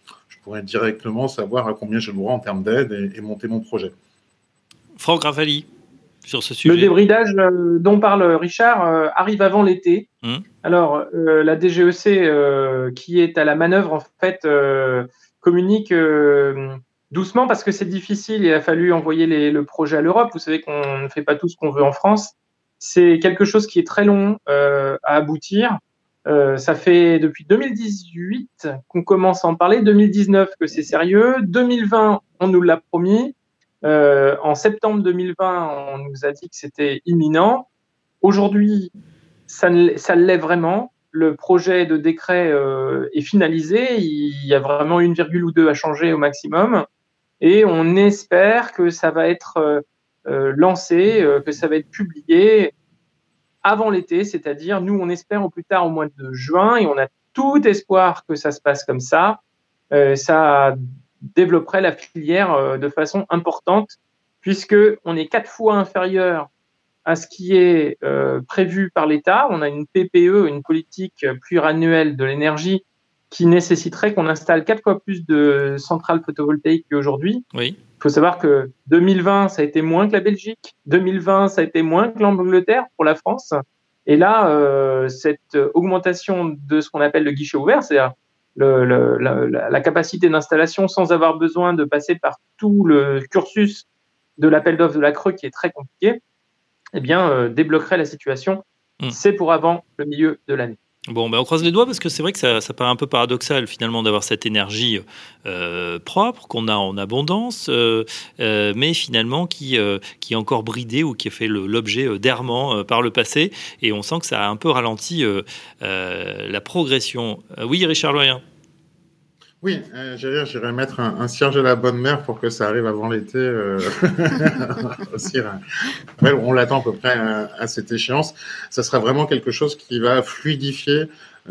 pourrais directement savoir à combien j'ai le droit en termes d'aide et, et monter mon projet. Franck Raffaly, sur ce sujet. Le débridage euh, dont parle Richard euh, arrive avant l'été. Mmh. Alors, euh, la D G E C, euh, qui est à la manœuvre, en fait, euh, communique euh, doucement parce que c'est difficile. Il a fallu envoyer les, le projet à l'Europe. Vous savez qu'on ne fait pas tout ce qu'on veut en France. C'est quelque chose qui est très long euh, à aboutir. Euh, ça fait depuis deux mille dix-huit qu'on commence à en parler, deux mille dix-neuf que c'est sérieux, deux mille vingt on nous l'a promis, euh, en septembre deux mille vingt on nous a dit que c'était imminent. Aujourd'hui, ça, ça l'est vraiment. Le projet de décret euh, est finalisé, il y a vraiment une virgule ou deux à changer au maximum, et on espère que ça va être euh, euh, lancé, euh, que ça va être publié avant l'été, c'est-à-dire, nous, on espère au plus tard au mois de juin, et on a tout espoir que ça se passe comme ça. Euh, ça développerait la filière euh, de façon importante, puisqu'on est quatre fois inférieur à ce qui est euh, prévu par l'État. On a une P P E, une politique pluriannuelle de l'énergie, qui nécessiterait qu'on installe quatre fois plus de centrales photovoltaïques qu'aujourd'hui. Oui. Il faut savoir que deux mille vingt, ça a été moins que la Belgique. deux mille vingt, ça a été moins que l'Angleterre pour la France. Et là, euh, cette augmentation de ce qu'on appelle le guichet ouvert, c'est-à-dire le, le, la, la capacité d'installation sans avoir besoin de passer par tout le cursus de l'appel d'offres de la Creux, qui est très compliqué, eh bien, euh, débloquerait la situation. Mmh. C'est pour avant le milieu de l'année. Bon, ben on croise les doigts parce que c'est vrai que ça, ça paraît un peu paradoxal finalement d'avoir cette énergie euh, propre qu'on a en abondance, euh, euh, mais finalement qui, euh, qui est encore bridée ou qui a fait le, l'objet d'errements euh, par le passé. Et on sent que ça a un peu ralenti euh, euh, la progression. Euh, oui, Richard Loyen. Oui, euh, j'irais, j'irais mettre un, un cierge à la bonne mère pour que ça arrive avant l'été. Euh... aussi, ouais, on l'attend à peu près à, à cette échéance. Ça sera vraiment quelque chose qui va fluidifier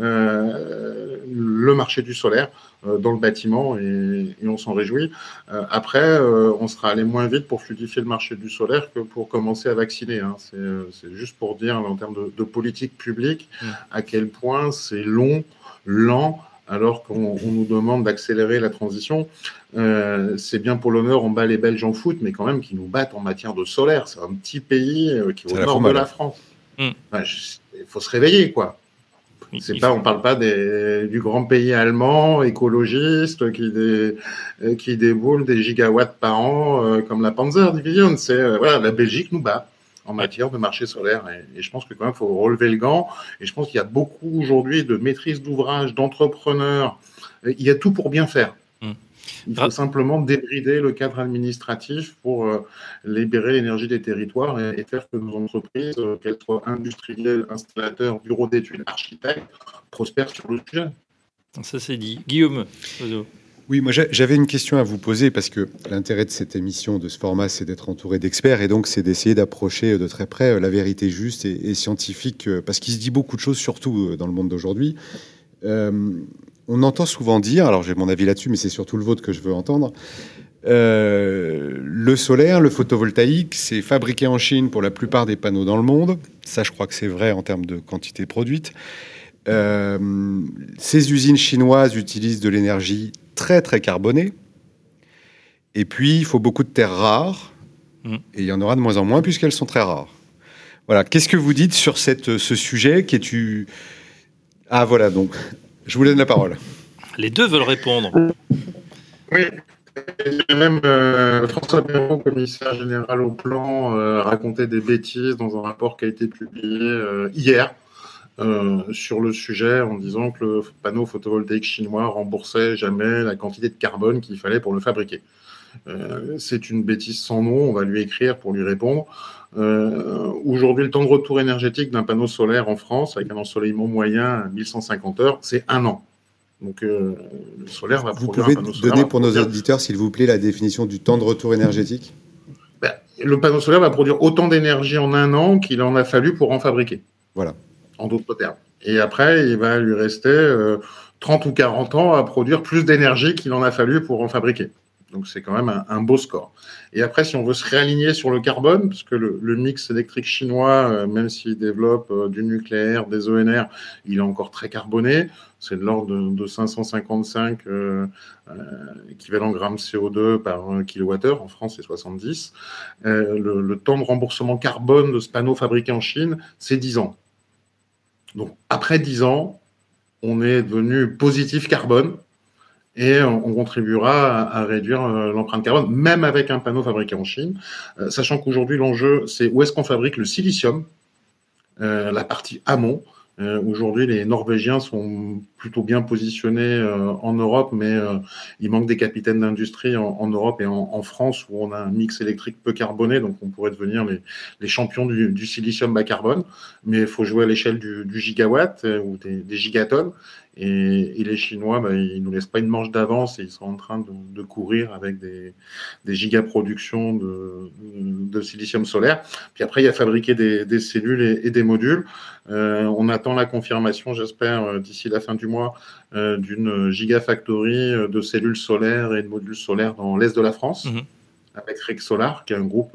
euh, le marché du solaire euh, dans le bâtiment et, et on s'en réjouit. Euh, après, euh, on sera allé moins vite pour fluidifier le marché du solaire que pour commencer à vacciner. Hein. C'est, c'est juste pour dire en termes de, de politique publique mmh. à quel point c'est long, lent, alors qu'on on nous demande d'accélérer la transition. Euh, c'est bien pour l'honneur, on bat les Belges en foot, mais quand même qui nous battent en matière de solaire. C'est un petit pays euh, qui est au nord de la France. Il mmh. enfin, faut se réveiller, quoi. C'est pas, on ne parle pas des, du grand pays allemand, écologiste, qui, des, qui déboule des gigawatts par an, euh, comme la Panzer Division. C'est, euh, voilà, la Belgique nous bat en matière de marché solaire. Et, et je pense que quand même, il faut relever le gant. Et je pense qu'il y a beaucoup aujourd'hui de maîtrise d'ouvrage, d'entrepreneurs. Il y a tout pour bien faire. Mmh. Il faut ah. simplement débrider le cadre administratif pour euh, libérer l'énergie des territoires et, et faire que nos entreprises, euh, qu'elles soient industrielles, installateurs, bureaux d'études, architectes, prospèrent sur le sujet. Ça, c'est dit. Guillaume. Oui, moi j'avais une question à vous poser parce que l'intérêt de cette émission, de ce format, c'est d'être entouré d'experts et donc c'est d'essayer d'approcher de très près la vérité juste et, et scientifique parce qu'il se dit beaucoup de choses, surtout dans le monde d'aujourd'hui. Euh, on entend souvent dire, alors j'ai mon avis là-dessus, mais c'est surtout le vôtre que je veux entendre, euh, le solaire, le photovoltaïque, c'est fabriqué en Chine pour la plupart des panneaux dans le monde. Ça, je crois que c'est vrai en termes de quantité produite. Euh, ces usines chinoises utilisent de l'énergie très très carbonée. Et puis, il faut beaucoup de terres rares. Mmh. Et il y en aura de moins en moins puisqu'elles sont très rares. Voilà. Qu'est-ce que vous dites sur cette, ce sujet qui est tu... Ah, voilà, donc, je vous donne la parole. Les deux veulent répondre. Oui. Et même euh, François Bayrou, commissaire général au plan, euh, racontait des bêtises dans un rapport qui a été publié euh, hier. Euh, sur le sujet en disant que le panneau photovoltaïque chinois remboursait jamais la quantité de carbone qu'il fallait pour le fabriquer. Euh, c'est une bêtise sans nom, on va lui écrire pour lui répondre. Euh, aujourd'hui, le temps de retour énergétique d'un panneau solaire en France, avec un ensoleillement moyen à mille cent cinquante heures, c'est un an. Donc, euh, le solaire va vous produire pouvez un panneau solaire. Donner pour nos auditeurs, s'il vous plaît, la définition du temps de retour énergétique ? Ben, le panneau solaire va produire autant d'énergie en un an qu'il en a fallu pour en fabriquer. Voilà. En d'autres termes. Et après, il va lui rester euh, trente ou quarante ans à produire plus d'énergie qu'il en a fallu pour en fabriquer. Donc, c'est quand même un, un beau score. Et après, si on veut se réaligner sur le carbone, parce que le, le mix électrique chinois, euh, même s'il développe euh, du nucléaire, des O N R, il est encore très carboné. C'est de l'ordre de, de cinq cent cinquante-cinq euh, euh, équivalent grammes C O deux par euh, kilowattheure. En France, c'est soixante-dix. Euh, le, le temps de remboursement carbone de ce panneau fabriqué en Chine, c'est dix ans. Donc, après dix ans, on est devenu positif carbone. Et on contribuera à, à réduire euh, l'empreinte carbone, même avec un panneau fabriqué en Chine, euh, sachant qu'aujourd'hui, l'enjeu, c'est où est-ce qu'on fabrique le silicium, euh, la partie amont. Euh, aujourd'hui, les Norvégiens sont plutôt bien positionnés euh, en Europe, mais euh, il manque des capitaines d'industrie en, en Europe et en, en France, où on a un mix électrique peu carboné, donc on pourrait devenir les, les champions du, du silicium bas carbone, mais il faut jouer à l'échelle du, du gigawatt euh, ou des, des gigatonnes. Et, et les Chinois, bah, ils ne nous laissent pas une marge d'avance et ils sont en train de, de courir avec des, des gigaproductions de, de silicium solaire. Puis après, il y a fabriquer des, des cellules et, et des modules. Euh, on attend la confirmation, j'espère, d'ici la fin du mois, euh, d'une gigafactory de cellules solaires et de modules solaires dans l'est de la France, mmh. avec Rexolar, qui est un groupe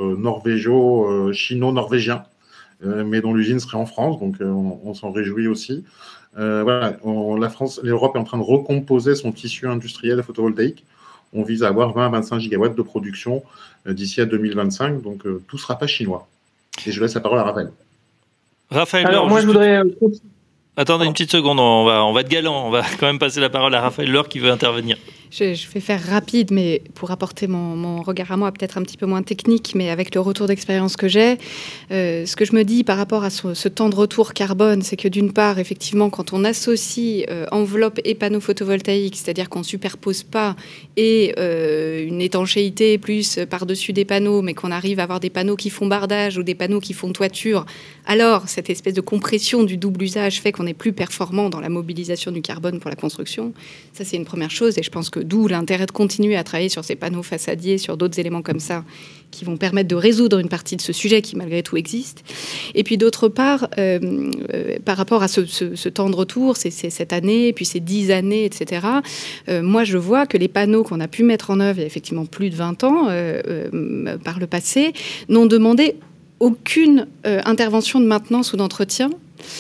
norvégo-chino-norvégien, euh, mais dont l'usine serait en France, donc euh, on, on s'en réjouit aussi. Euh, voilà, on, la France, l'Europe est en train de recomposer son tissu industriel photovoltaïque. On vise à avoir vingt à vingt-cinq gigawatts de production euh, d'ici à deux mille vingt-cinq, donc euh, tout ne sera pas chinois. Et je laisse la parole à Raphaël. Raphaël, alors moi je voudrais... Attendez une petite seconde, on va, on va être galant, on va quand même passer la parole à Raphaël Laure qui veut intervenir. Je, je vais faire rapide, mais pour apporter mon, mon regard à moi, peut-être un petit peu moins technique, mais avec le retour d'expérience que j'ai, euh, ce que je me dis par rapport à ce, ce temps de retour carbone, c'est que d'une part, effectivement, quand on associe euh, enveloppe et panneaux photovoltaïques, c'est-à-dire qu'on ne superpose pas et euh, une étanchéité plus par-dessus des panneaux, mais qu'on arrive à avoir des panneaux qui font bardage ou des panneaux qui font toiture, alors cette espèce de compression du double usage fait qu'on est plus performant dans la mobilisation du carbone pour la construction. Ça, c'est une première chose, et je pense que d'où l'intérêt de continuer à travailler sur ces panneaux façadiers, sur d'autres éléments comme ça, qui vont permettre de résoudre une partie de ce sujet qui, malgré tout, existe. Et puis, d'autre part, euh, euh, par rapport à ce, ce, ce temps de retour, c'est, c'est cette année, et puis ces dix années, et cetera, euh, moi, je vois que les panneaux qu'on a pu mettre en œuvre il y a effectivement plus de vingt ans, euh, euh, par le passé, n'ont demandé aucune euh, intervention de maintenance ou d'entretien.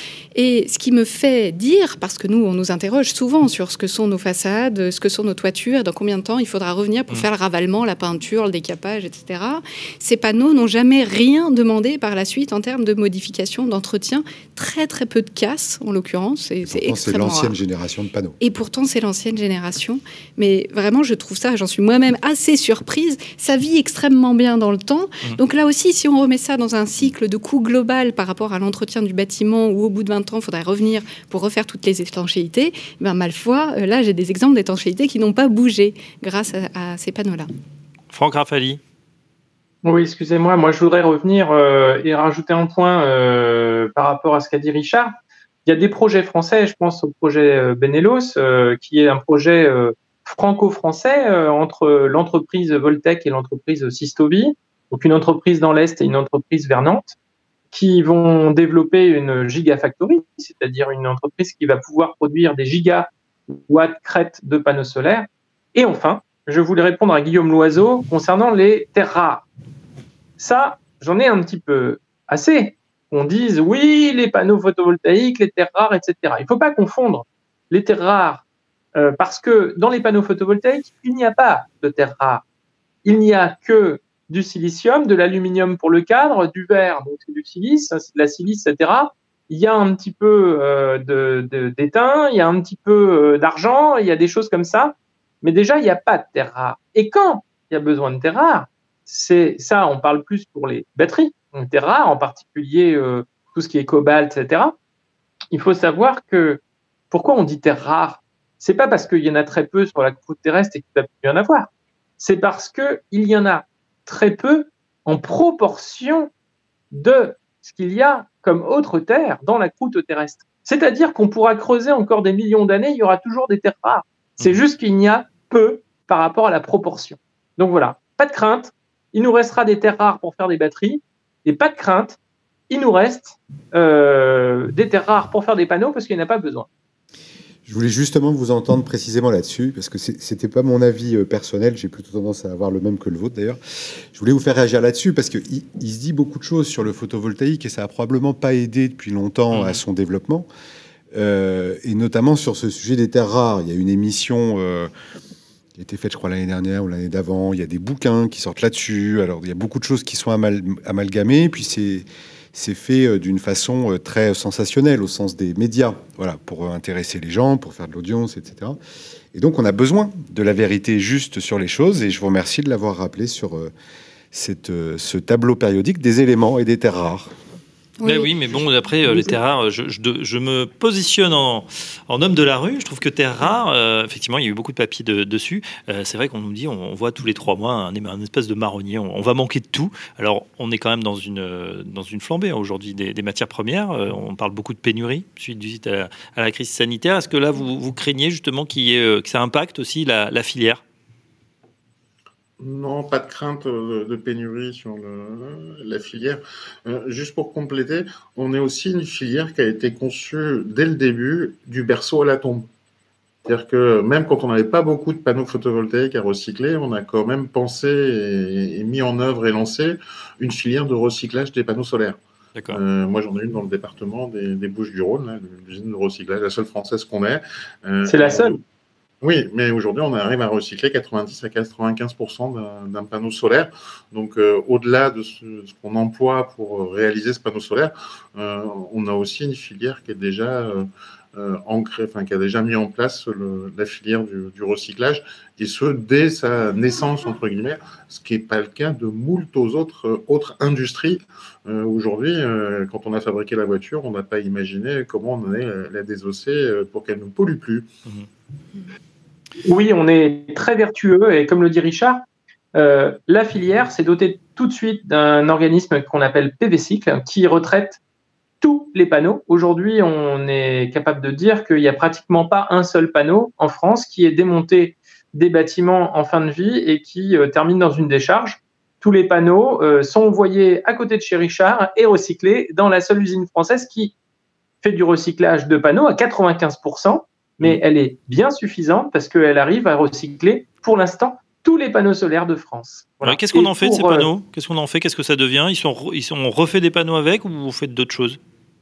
Et ce qui me fait dire, parce que nous, on nous interroge souvent sur ce que sont nos façades, ce que sont nos toitures, dans combien de temps il faudra revenir pour mmh. faire le ravalement, la peinture, le décapage, et cetera. Ces panneaux n'ont jamais rien demandé par la suite en termes de modification, d'entretien. Très, très peu de casse, en l'occurrence. C'est, c'est extrêmement c'est l'ancienne rare. génération de panneaux. Et pourtant, c'est l'ancienne génération. Mais vraiment, je trouve ça, j'en suis moi-même assez surprise. Ça vit extrêmement bien dans le temps. Mmh. Donc là aussi, si on remet ça dans un cycle de coût global par rapport à l'entretien du bâtiment, où au bout de vingt ans, il faudrait revenir pour refaire toutes les étanchéités, ben, ma foi, là, j'ai des exemples d'étanchéités qui n'ont pas bougé grâce à, à ces panneaux-là. Franck Raffaly. Oui, excusez-moi, moi je voudrais revenir euh, et rajouter un point euh, par rapport à ce qu'a dit Richard. Il y a des projets français, je pense au projet euh, Benellos, euh, qui est un projet euh, franco-français euh, entre l'entreprise Voltec et l'entreprise Sistovi, donc une entreprise dans l'Est et une entreprise vers Nantes, qui vont développer une gigafactory, c'est-à-dire une entreprise qui va pouvoir produire des gigawatts crêtes de panneaux solaires. Et enfin, je voulais répondre à Guillaume Loiseau concernant les terres rares. Ça, j'en ai un petit peu assez. On dise, oui, les panneaux photovoltaïques, les terres rares, et cetera. Il ne faut pas confondre les terres rares, euh, parce que dans les panneaux photovoltaïques, il n'y a pas de terres rares. Il n'y a que du silicium, de l'aluminium pour le cadre, du verre, donc c'est du silice, c'est de la silice, et cetera. Il y a un petit peu euh, de, de, d'étain, il y a un petit peu euh, d'argent, il y a des choses comme ça. Mais déjà, il n'y a pas de terres rares. Et quand il y a besoin de terres rares, c'est ça, on parle plus pour les batteries, donc terres rares, en particulier euh, tout ce qui est cobalt, et cetera. Il faut savoir que pourquoi on dit terres rares, c'est pas parce qu'il y en a très peu sur la croûte terrestre et qu'il ne va plus y en avoir. C'est parce que il y en a très peu en proportion de ce qu'il y a comme autre terre dans la croûte terrestre. C'est-à-dire qu'on pourra creuser encore des millions d'années, il y aura toujours des terres rares. C'est juste qu'il y a peu par rapport à la proportion. Donc voilà, pas de crainte, il nous restera des terres rares pour faire des batteries, et pas de crainte, il nous reste euh, des terres rares pour faire des panneaux parce qu'il n'y en a pas besoin. Je voulais justement vous entendre précisément là-dessus, parce que c'est, c'était pas mon avis euh, personnel, j'ai plutôt tendance à avoir le même que le vôtre d'ailleurs. Je voulais vous faire réagir là-dessus, parce qu'il il se dit beaucoup de choses sur le photovoltaïque, et ça a probablement pas aidé depuis longtemps mmh. à son développement, euh, et notamment sur ce sujet des terres rares. Il y a une émission euh, qui a été faite, je crois, l'année dernière ou l'année d'avant, il y a des bouquins qui sortent là-dessus, alors il y a beaucoup de choses qui sont amal- amalgamées, puis c'est... c'est fait d'une façon très sensationnelle au sens des médias, voilà, pour intéresser les gens, pour faire de l'audience, et cetera. Et donc, on a besoin de la vérité juste sur les choses, et je vous remercie de l'avoir rappelé sur euh, cette, euh, ce tableau périodique des éléments et des terres rares. Oui. Ben oui, mais bon, après, euh, les terres rares, je, je, je me positionne en, en homme de la rue. Je trouve que terres rares, euh, effectivement, il y a eu beaucoup de papier de, dessus. Euh, c'est vrai qu'on nous dit, on, on voit tous les trois mois un, un espèce de marronnier. On, on va manquer de tout. Alors, on est quand même dans une, dans une flambée hein, aujourd'hui des, des matières premières. Euh, on parle beaucoup de pénurie suite à, à la crise sanitaire. Est-ce que là, vous, vous craignez justement qu'il y ait, que ça impacte aussi la, la filière ? Non, pas de crainte de pénurie sur le, la filière. Euh, juste pour compléter, on est aussi une filière qui a été conçue dès le début du berceau à la tombe. C'est-à-dire que même quand on n'avait pas beaucoup de panneaux photovoltaïques à recycler, on a quand même pensé et, et mis en œuvre et lancé une filière de recyclage des panneaux solaires. D'accord. Euh, moi, j'en ai une dans le département des, des Bouches-du-Rhône, l'usine de recyclage, la seule française qu'on ait. Euh, C'est la seule. Oui, mais aujourd'hui, on arrive à recycler quatre-vingt-dix à quatre-vingt-quinze pour cent d'un, d'un panneau solaire. Donc, euh, au-delà de ce, ce qu'on emploie pour réaliser ce panneau solaire, euh, on a aussi une filière qui est déjà euh, euh, ancrée, enfin, qui a déjà mis en place le, la filière du, du recyclage, et ce, dès sa naissance, entre guillemets, ce qui n'est pas le cas de moult aux autres, euh, autres industries. Euh, aujourd'hui, euh, quand on a fabriqué la voiture, on n'a pas imaginé comment on allait la, la désosser pour qu'elle ne pollue plus. Mmh. Oui, on est très vertueux et comme le dit Richard, euh, la filière s'est dotée tout de suite d'un organisme qu'on appelle P V Cycle qui retraite tous les panneaux. Aujourd'hui, on est capable de dire qu'il n'y a pratiquement pas un seul panneau en France qui est démonté des bâtiments en fin de vie et qui euh, termine dans une décharge. Tous les panneaux euh, sont envoyés à côté de chez Richard et recyclés dans la seule usine française qui fait du recyclage de panneaux à quatre-vingt-quinze pour cent. Mais elle est bien suffisante parce qu'elle arrive à recycler, pour l'instant, tous les panneaux solaires de France. Voilà. Qu'est-ce qu'on et en fait de ces panneaux euh, Qu'est-ce qu'on en fait Qu'est-ce que ça devient ils sont, ils sont, On refait des panneaux avec ou vous faites d'autres choses?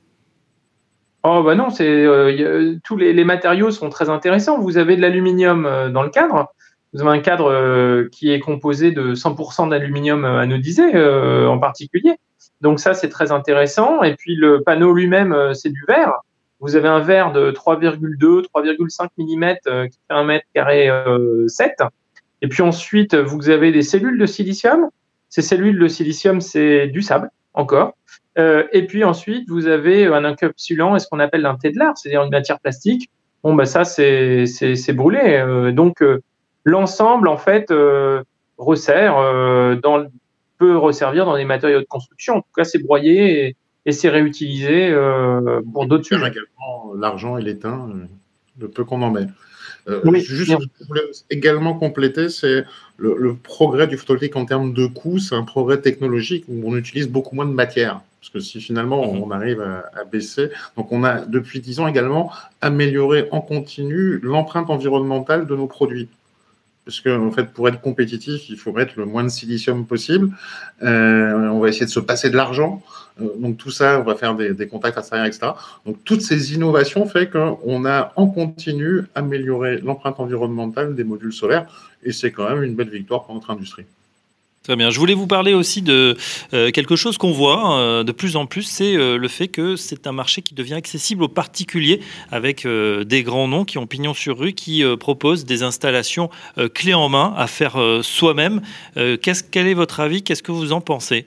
Oh bah non, c'est, euh, tous les, les matériaux sont très intéressants. Vous avez de l'aluminium euh, dans le cadre. Vous avez un cadre euh, qui est composé de cent pour cent d'aluminium anodisé euh, en particulier. Donc ça, c'est très intéressant. Et puis le panneau lui-même, euh, c'est du verre. Vous avez un verre de trois virgule deux, trois virgule cinq millimètres euh, qui fait un mètre carré euh, sept. Et puis ensuite, vous avez des cellules de silicium. Ces cellules de silicium, c'est du sable, encore. Euh, et puis ensuite, vous avez un encapsulant et ce qu'on appelle un Tedlar, c'est-à-dire une matière plastique. Bon, ben ça, c'est, c'est, c'est brûlé. Euh, donc, euh, l'ensemble, en fait, euh, resserre, euh, dans, peut resservir dans des matériaux de construction. En tout cas, c'est broyé et, et c'est réutilisé euh, pour d'autres sujets. Également l'argent et l'étain, euh, le peu qu'on en met. Euh, oui, juste, je voulais également compléter, c'est le, le progrès du photovoltaïque en termes de coûts, c'est un progrès technologique où on utilise beaucoup moins de matière. Parce que si finalement mmh. on arrive à, à baisser, donc on a depuis dix ans également amélioré en continu l'empreinte environnementale de nos produits. Parce que en fait, pour être compétitif, il faut mettre le moins de silicium possible. Euh, on va essayer de se passer de l'argent. Euh, donc tout ça, on va faire des, des contacts extérieurs, et cetera. Donc toutes ces innovations font qu'on a en continu amélioré l'empreinte environnementale des modules solaires. Et c'est quand même une belle victoire pour notre industrie. Très bien. Je voulais vous parler aussi de euh, quelque chose qu'on voit euh, de plus en plus, c'est euh, le fait que c'est un marché qui devient accessible aux particuliers avec euh, des grands noms qui ont pignon sur rue, qui euh, proposent des installations euh, clés en main à faire euh, soi-même. Euh, qu'est-ce, quel est votre avis? Qu'est-ce que vous en pensez?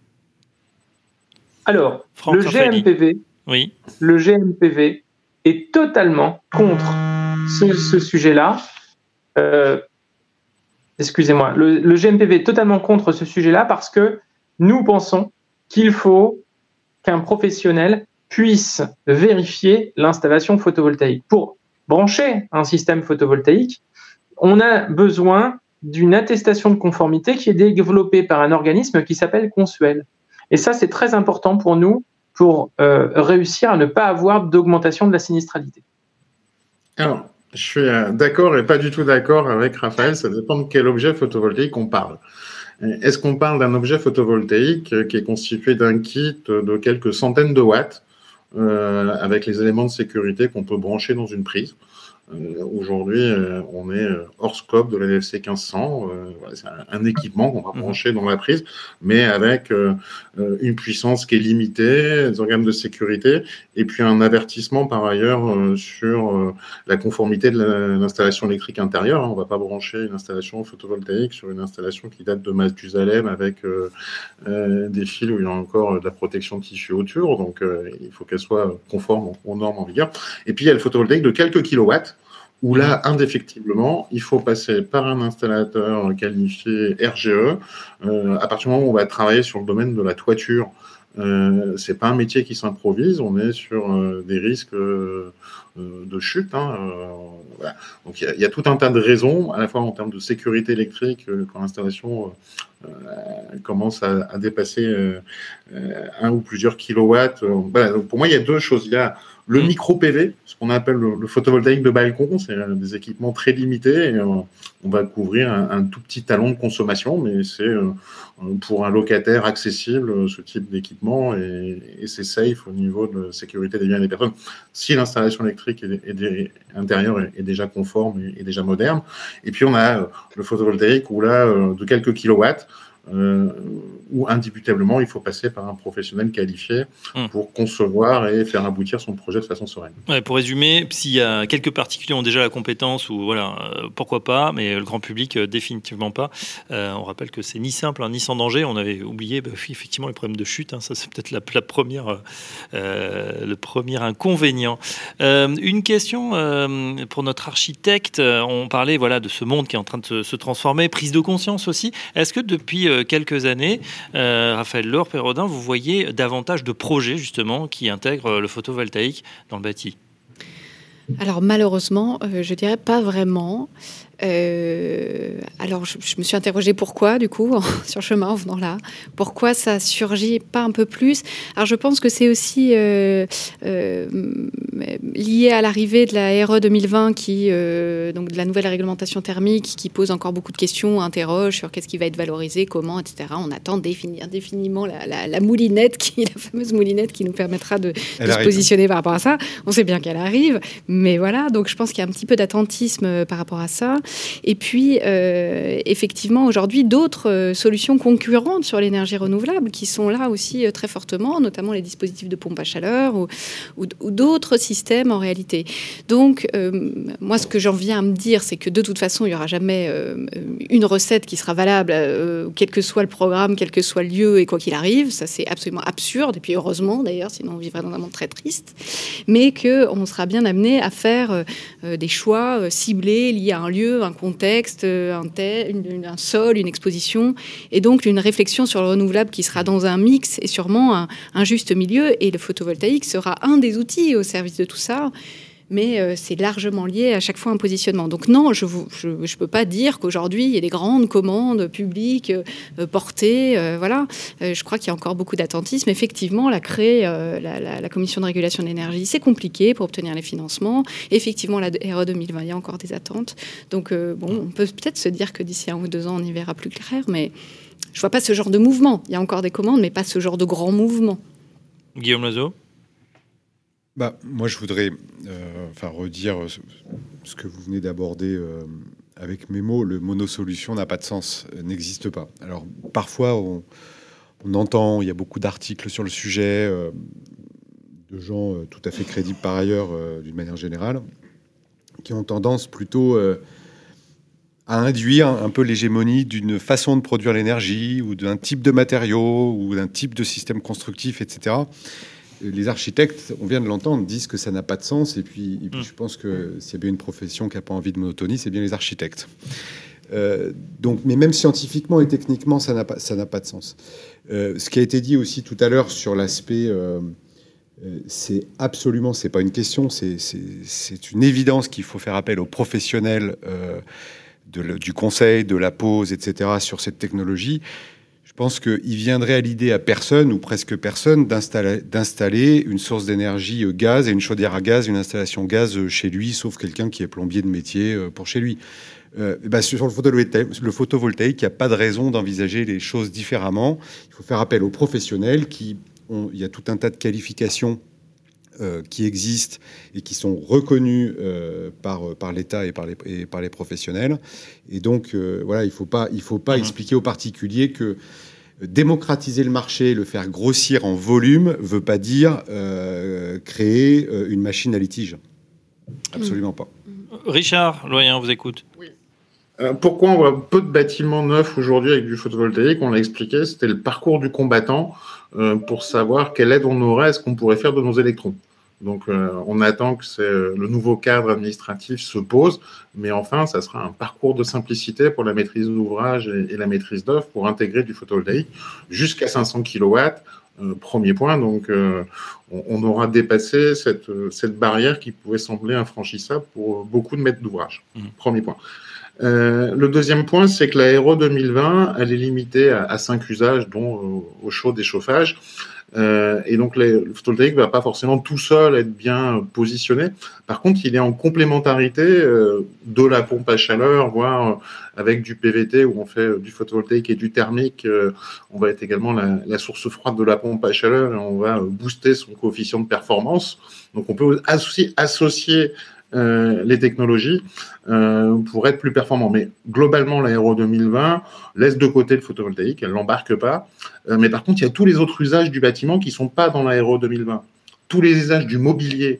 Alors, Franck le G M P V, oui. le G M P V est totalement contre ce, ce sujet-là. Euh, Excusez-moi, le, le G M P V est totalement contre ce sujet-là parce que nous pensons qu'il faut qu'un professionnel puisse vérifier l'installation photovoltaïque. Pour brancher un système photovoltaïque, on a besoin d'une attestation de conformité qui est développée par un organisme qui s'appelle Consuel. Et ça, c'est très important pour nous pour euh, réussir à ne pas avoir d'augmentation de la sinistralité. Alors, je suis euh, d'accord et pas du tout d'accord avec Raphaël. Ça dépend de quel objet photovoltaïque on parle. Est-ce qu'on parle d'un objet photovoltaïque qui est constitué d'un kit de quelques centaines de watts euh, avec les éléments de sécurité qu'on peut brancher dans une prise? Euh, Aujourd'hui, euh, on est hors scope de la L F C quinze cents. Euh, voilà, c'est un, un équipement qu'on va brancher dans la prise, mais avec euh, une puissance qui est limitée, des organes de sécurité, et puis un avertissement par ailleurs euh, sur euh, la conformité de la, l'installation électrique intérieure. On ne va pas brancher une installation photovoltaïque sur une installation qui date de Mathusalem avec euh, euh, des fils où il y a encore de la protection de tissu autour. Donc, euh, il faut qu'elle soit conforme aux normes en vigueur. Et puis, il y a le photovoltaïque de quelques kilowatts, où là, indéfectiblement, il faut passer par un installateur qualifié R G E. Euh, à partir du moment où on va travailler sur le domaine de la toiture, euh, c'est pas un métier qui s'improvise, on est sur euh, des risques euh, de chute. Hein, euh, voilà. Donc il y, y a tout un tas de raisons, à la fois en termes de sécurité électrique, euh, quand l'installation euh, commence à, à dépasser euh, un ou plusieurs kilowatts. Euh, voilà. Donc pour moi, il y a deux choses. Il y a le micro-P V, ce qu'on appelle le, le photovoltaïque de balcon, c'est euh, des équipements très limités. Et, euh, on va couvrir un, un tout petit talon de consommation, mais c'est euh, pour un locataire accessible, ce type d'équipement, et, et c'est safe au niveau de sécurité des biens et des personnes. Si l'installation électrique est, est, est, intérieure est, est déjà conforme et est déjà moderne. Et puis on a euh, le photovoltaïque où là, euh, de quelques kilowatts, Euh, où indubitablement il faut passer par un professionnel qualifié mmh. pour concevoir et faire aboutir son projet de façon sereine. Ouais, pour résumer, s'il y a quelques particuliers ont déjà la compétence, ou voilà, euh, pourquoi pas, mais le grand public euh, définitivement pas. Euh, on rappelle que c'est ni simple hein, ni sans danger. On avait oublié, bah, oui, effectivement, les problèmes de chute. Hein, ça, c'est peut-être la, la première, euh, le premier inconvénient. Euh, une question euh, pour notre architecte. On parlait voilà de ce monde qui est en train de se, se transformer, prise de conscience aussi. Est-ce que depuis quelques années, euh, Raphaël Laure, Pérodin, vous voyez davantage de projets justement qui intègrent le photovoltaïque dans le bâti? Alors malheureusement, euh, je dirais pas vraiment. Euh, alors je, je me suis interrogée pourquoi du coup sur le chemin en venant là, pourquoi ça surgit pas un peu plus. Alors je pense que c'est aussi euh, euh, lié à l'arrivée de la R E deux mille vingt qui euh, donc de la nouvelle réglementation thermique qui pose encore beaucoup de questions, interroge sur qu'est-ce qui va être valorisé, comment, et cetera. On attend définir indéfiniment la, la, la moulinette qui la fameuse moulinette qui nous permettra de, de se positionner par rapport à ça. On sait bien qu'elle arrive, mais voilà, donc je pense qu'il y a un petit peu d'attentisme par rapport à ça. Et puis, euh, effectivement, aujourd'hui, d'autres euh, solutions concurrentes sur l'énergie renouvelable qui sont là aussi euh, très fortement, notamment les dispositifs de pompe à chaleur ou, ou, ou d'autres systèmes en réalité. Donc, euh, moi, ce que j'en viens à me dire, c'est que de toute façon, il n'y aura jamais euh, une recette qui sera valable, euh, quel que soit le programme, quel que soit le lieu et quoi qu'il arrive. Ça, c'est absolument absurde. Et puis, heureusement, d'ailleurs, sinon on vivrait dans un monde très triste. Mais qu'on sera bien amené à faire euh, des choix euh, ciblés liés à un lieu, un contexte, un, tel, une, un sol, une exposition, et donc une réflexion sur le renouvelable qui sera dans un mix et sûrement un, un juste milieu. Et le photovoltaïque sera un des outils au service de tout ça. Mais euh, c'est largement lié à chaque fois un positionnement. Donc non, je ne peux pas dire qu'aujourd'hui, il y a des grandes commandes publiques euh, portées. Euh, voilà. Euh, je crois qu'il y a encore beaucoup d'attentisme. Effectivement, la créer, euh, la, la, la Commission de régulation de l'énergie, c'est compliqué pour obtenir les financements. Effectivement, la R E deux mille vingt, il y a encore des attentes. Donc euh, bon, on peut peut-être se dire que d'ici un ou deux ans, on y verra plus clair, mais je ne vois pas ce genre de mouvement. Il y a encore des commandes, mais pas ce genre de grand mouvement. Guillaume Loiseau ? Bah, moi, je voudrais euh, enfin, redire ce, ce que vous venez d'aborder euh, avec mes mots. Le monosolution n'a pas de sens, euh, n'existe pas. Alors, parfois, on, on entend, il y a beaucoup d'articles sur le sujet, euh, de gens euh, tout à fait crédibles par ailleurs, euh, d'une manière générale, qui ont tendance plutôt euh, à induire un peu l'hégémonie d'une façon de produire l'énergie, ou d'un type de matériaux, ou d'un type de système constructif, et cetera. Les architectes, on vient de l'entendre, disent que ça n'a pas de sens. Et puis, et puis mmh. je pense que s'il y a bien une profession qui n'a pas envie de monotonie, c'est bien les architectes. Euh, donc, mais même scientifiquement et techniquement, ça n'a pas, ça n'a pas de sens. Euh, ce qui a été dit aussi tout à l'heure sur l'aspect, euh, euh, c'est absolument, c'est pas une question, c'est, c'est, c'est une évidence qu'il faut faire appel aux professionnels euh, de le, du conseil, de la pose, et cetera sur cette technologie. pense qu'il viendrait à l'idée à personne, ou presque personne, d'installer, d'installer une source d'énergie gaz et une chaudière à gaz, une installation gaz chez lui, sauf quelqu'un qui est plombier de métier pour chez lui. Euh, bah, sur le photovoltaïque, le photovoltaïque, il n'y a pas de raison d'envisager les choses différemment. Il faut faire appel aux professionnels qui ont, il y a tout un tas de qualifications euh, qui existent et qui sont reconnues euh, par, par l'État et par, les, et par les professionnels. Et donc, euh, voilà, il ne faut pas, il faut pas mmh. expliquer aux particuliers que démocratiser le marché, le faire grossir en volume, ne veut pas dire euh, créer euh, une machine à litige. Absolument pas. Richard Loyen, vous écoute. Oui. Euh, pourquoi on voit peu de bâtiments neufs aujourd'hui avec du photovoltaïque? On l'a expliqué, c'était le parcours du combattant euh, pour savoir quelle aide on aurait à ce qu'on pourrait faire de nos électrons. Donc, euh, on attend que c'est, euh, le nouveau cadre administratif se pose, mais enfin, ça sera un parcours de simplicité pour la maîtrise d'ouvrage et, et la maîtrise d'œuvre pour intégrer du photovoltaïque jusqu'à cinq cents kilowatts. Euh, premier point, donc euh, on, on aura dépassé cette, cette barrière qui pouvait sembler infranchissable pour beaucoup de maîtres d'ouvrage. Mmh. Premier point. Euh, le deuxième point, c'est que la R O deux mille vingt, elle est limitée à, à cinq usages, dont euh, au chaud et chauffage. Euh, et donc, les, le photovoltaïque ne va pas forcément tout seul être bien positionné. Par contre, il est en complémentarité euh, de la pompe à chaleur, voire euh, avec du P V T où on fait du photovoltaïque et du thermique. Euh, on va être également la, la source froide de la pompe à chaleur et on va booster son coefficient de performance. Donc, on peut associer, associer Euh, les technologies euh, pour être plus performants. Mais globalement, la R O deux mille vingt laisse de côté le photovoltaïque, elle ne l'embarque pas. Euh, mais par contre, il y a tous les autres usages du bâtiment qui ne sont pas dans la R O deux mille vingt. Tous les usages du mobilier,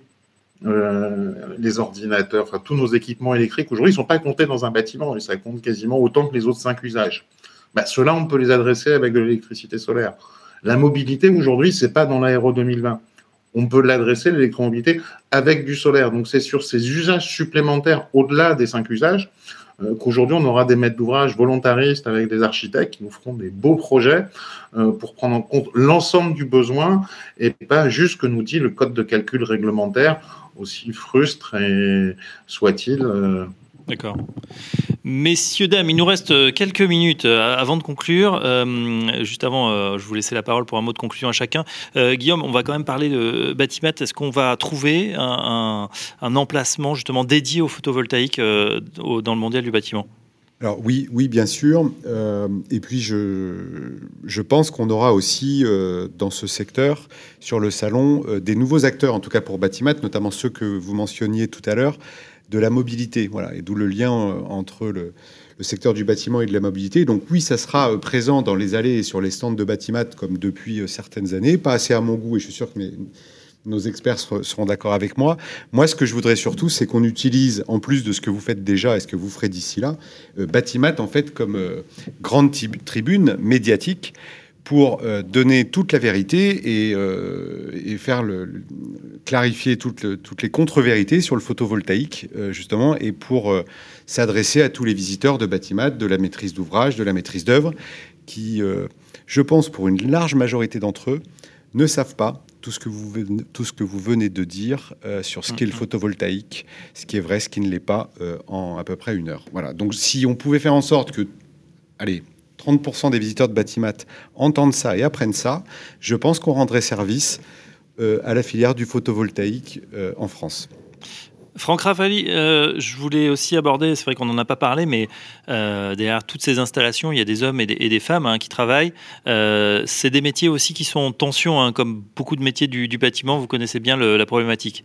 euh, les ordinateurs, enfin tous nos équipements électriques, aujourd'hui, ils ne sont pas comptés dans un bâtiment et ça compte quasiment autant que les autres cinq usages. Bah, ceux-là, on peut les adresser avec de l'électricité solaire. La mobilité, aujourd'hui, ce n'est pas dans la R O deux mille vingt. On peut l'adresser, l'électromobilité, avec du solaire. Donc, c'est sur ces usages supplémentaires, au-delà des cinq usages, euh, qu'aujourd'hui, on aura des maîtres d'ouvrage volontaristes avec des architectes qui nous feront des beaux projets euh, pour prendre en compte l'ensemble du besoin et pas juste ce que nous dit le code de calcul réglementaire, aussi frustre et soit-il. Euh, D'accord. Messieurs, dames, il nous reste quelques minutes avant de conclure. Euh, juste avant, euh, je vous laisser la parole pour un mot de conclusion à chacun. Euh, Guillaume, on va quand même parler de Batimat. Est-ce qu'on va trouver un, un, un emplacement justement dédié au photovoltaïque euh, au, dans le mondial du bâtiment ? Alors oui, oui, bien sûr. Euh, et puis je, je pense qu'on aura aussi euh, dans ce secteur, sur le salon, euh, des nouveaux acteurs, en tout cas pour Batimat, notamment ceux que vous mentionniez tout à l'heure, de la mobilité, voilà, et d'où le lien entre le, le secteur du bâtiment et de la mobilité. Donc oui, ça sera présent dans les allées et sur les stands de Batimat comme depuis certaines années, pas assez à mon goût, et je suis sûr que mes, nos experts seront d'accord avec moi. Moi, ce que je voudrais surtout, c'est qu'on utilise, en plus de ce que vous faites déjà et ce que vous ferez d'ici là, euh, Batimat en fait comme euh, grande tribune médiatique pour euh, donner toute la vérité et, euh, et faire le, le, clarifier toutes, le, toutes les contre-vérités sur le photovoltaïque, euh, justement, et pour euh, s'adresser à tous les visiteurs de Batimat, de la maîtrise d'ouvrage, de la maîtrise d'œuvre, qui, euh, je pense, pour une large majorité d'entre eux, ne savent pas tout ce que vous, tout ce que vous venez de dire euh, sur ce qu'est le photovoltaïque, ce qui est vrai, ce qui ne l'est pas, euh, en à peu près une heure. Voilà. Donc, si on pouvait faire en sorte que, allez, trente pour cent des visiteurs de Batimat entendent ça et apprennent ça, je pense qu'on rendrait service euh, à la filière du photovoltaïque euh, en France. Franck Raffaly, euh, je voulais aussi aborder, c'est vrai qu'on n'en a pas parlé, mais euh, derrière toutes ces installations, il y a des hommes et des, et des femmes hein, qui travaillent. Euh, c'est des métiers aussi qui sont en tension, hein, comme beaucoup de métiers du, du bâtiment. Vous connaissez bien le, la problématique.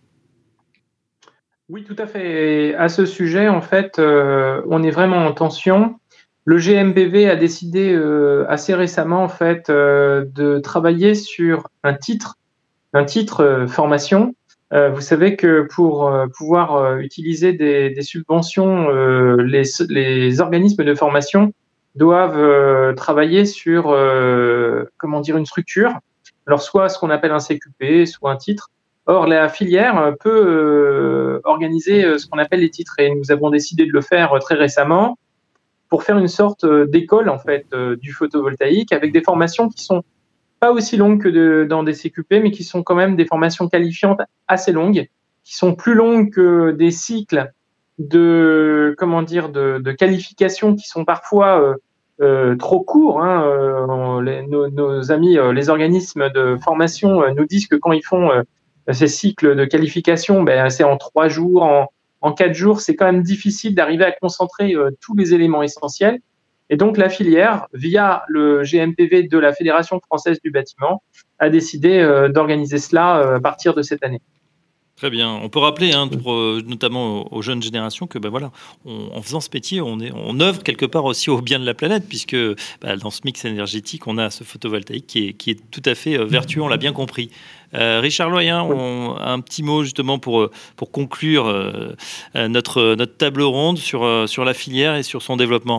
Oui, tout à fait. À ce sujet, en fait, euh, on est vraiment en tension. Le G M B V a décidé euh, assez récemment, en fait, euh, de travailler sur un titre, un titre euh, formation. Euh, vous savez que pour euh, pouvoir euh, utiliser des, des subventions, euh, les, les organismes de formation doivent euh, travailler sur, euh, comment dire, une structure. Alors, soit ce qu'on appelle un C Q P, soit un titre. Or, la filière peut euh, organiser ce qu'on appelle les titres et nous avons décidé de le faire très récemment pour faire une sorte d'école, en fait, du photovoltaïque avec des formations qui sont pas aussi longues que de, dans des C Q P, mais qui sont quand même des formations qualifiantes assez longues, qui sont plus longues que des cycles de, comment dire, de, de qualification qui sont parfois euh, euh, trop court. Hein. Euh, les, nos, nos amis, euh, les organismes de formation euh, nous disent que quand ils font euh, ces cycles de qualification, ben, c'est en trois jours, en, en quatre jours. C'est quand même difficile d'arriver à concentrer euh, tous les éléments essentiels. Et donc, la filière, via le G M P V de la Fédération française du bâtiment, a décidé euh, d'organiser cela euh, à partir de cette année. Très bien. On peut rappeler, hein, pour, euh, notamment aux, aux jeunes générations, que ben voilà, on, en faisant ce métier, on, est, on œuvre quelque part aussi au bien de la planète, puisque ben, dans ce mix énergétique, on a ce photovoltaïque qui est, qui est tout à fait euh, vertueux, on l'a bien compris. Euh, Richard Loyen, on, un petit mot justement pour, pour conclure euh, notre, notre table ronde sur, sur la filière et sur son développement.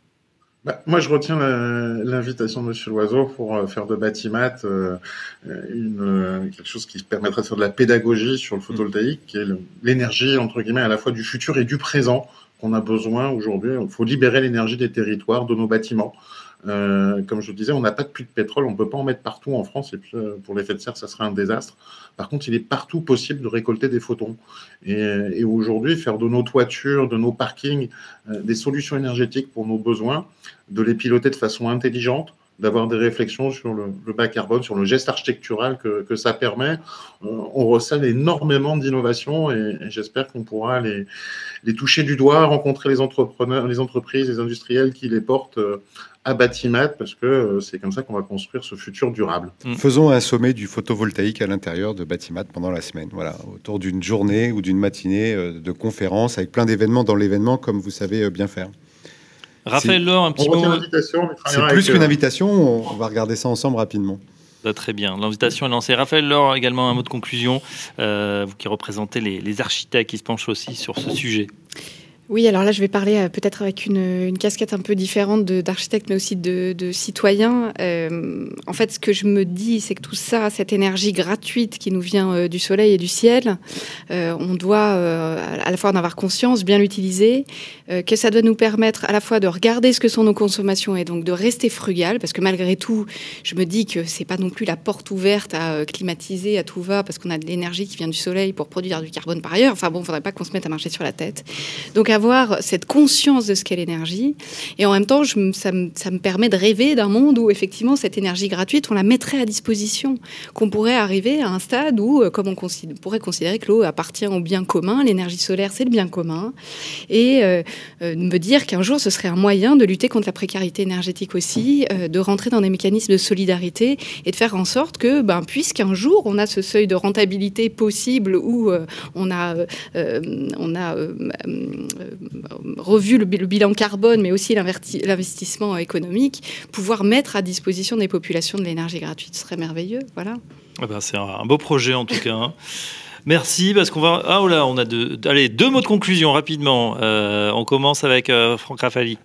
Bah, moi, je retiens la, l'invitation de Monsieur Loiseau pour euh, faire de Batimat euh, une, euh, quelque chose qui permettrait de faire de la pédagogie sur le photovoltaïque, qui est le, l'énergie, entre guillemets, à la fois du futur et du présent qu'on a besoin aujourd'hui. Il faut libérer l'énergie des territoires, de nos bâtiments. Euh, comme je le disais, on n'a pas de puits de pétrole, on ne peut pas en mettre partout en France, et puis euh, pour l'effet de serre, ça serait un désastre. Par contre, il est partout possible de récolter des photons. Et, et aujourd'hui, faire de nos toitures, de nos parkings, euh, des solutions énergétiques pour nos besoins, de les piloter de façon intelligente, d'avoir des réflexions sur le, le bas carbone, sur le geste architectural que, que ça permet. Euh, on recèle énormément d'innovations et, et j'espère qu'on pourra les, les toucher du doigt, rencontrer les entrepreneurs, les entreprises, les industriels qui les portent euh, à Batimat, parce que euh, c'est comme ça qu'on va construire ce futur durable. Mmh. Faisons un sommet du photovoltaïque à l'intérieur de Batimat pendant la semaine, voilà, autour d'une journée ou d'une matinée euh, de conférences avec plein d'événements dans l'événement, comme vous savez euh, bien faire. Raphaël Laure, un petit mot. C'est plus qu'une invitation, on va regarder ça ensemble rapidement. Bah, très bien, l'invitation est lancée. Raphaël Laure, également un mot de conclusion, euh, vous qui représentez les, les architectes qui se penchent aussi sur ce sujet. Oui, alors là, je vais parler euh, peut-être avec une, une casquette un peu différente de, d'architecte, mais aussi de, de citoyen. Euh, en fait, ce que je me dis, c'est que tout ça, cette énergie gratuite qui nous vient euh, du soleil et du ciel, euh, on doit euh, à la fois en avoir conscience, bien l'utiliser, euh, que ça doit nous permettre à la fois de regarder ce que sont nos consommations et donc de rester frugal, parce que malgré tout, je me dis que c'est pas non plus la porte ouverte à euh, climatiser à tout va, parce qu'on a de l'énergie qui vient du soleil pour produire du carbone par ailleurs. Enfin bon, il faudrait pas qu'on se mette à marcher sur la tête. Donc, avoir cette conscience de ce qu'est l'énergie. Et en même temps, je, ça, me, ça me permet de rêver d'un monde où, effectivement, cette énergie gratuite, on la mettrait à disposition. Qu'on pourrait arriver à un stade où, comme on considère, pourrait considérer que l'eau appartient au bien commun, l'énergie solaire, c'est le bien commun. Et euh, euh, me dire qu'un jour, ce serait un moyen de lutter contre la précarité énergétique aussi, euh, de rentrer dans des mécanismes de solidarité et de faire en sorte que, ben, puisqu'un jour, on a ce seuil de rentabilité possible où euh, on a... Euh, on a euh, euh, revu le, le bilan carbone, mais aussi l'investissement économique, pouvoir mettre à disposition des populations de l'énergie gratuite, ce serait merveilleux. Voilà. Ah ben, c'est un beau projet en tout cas. Hein. Merci, parce qu'on va... Ah, oh là, on a deux... Allez, deux mots de conclusion, rapidement. Euh, on commence avec euh, Franck Rafali.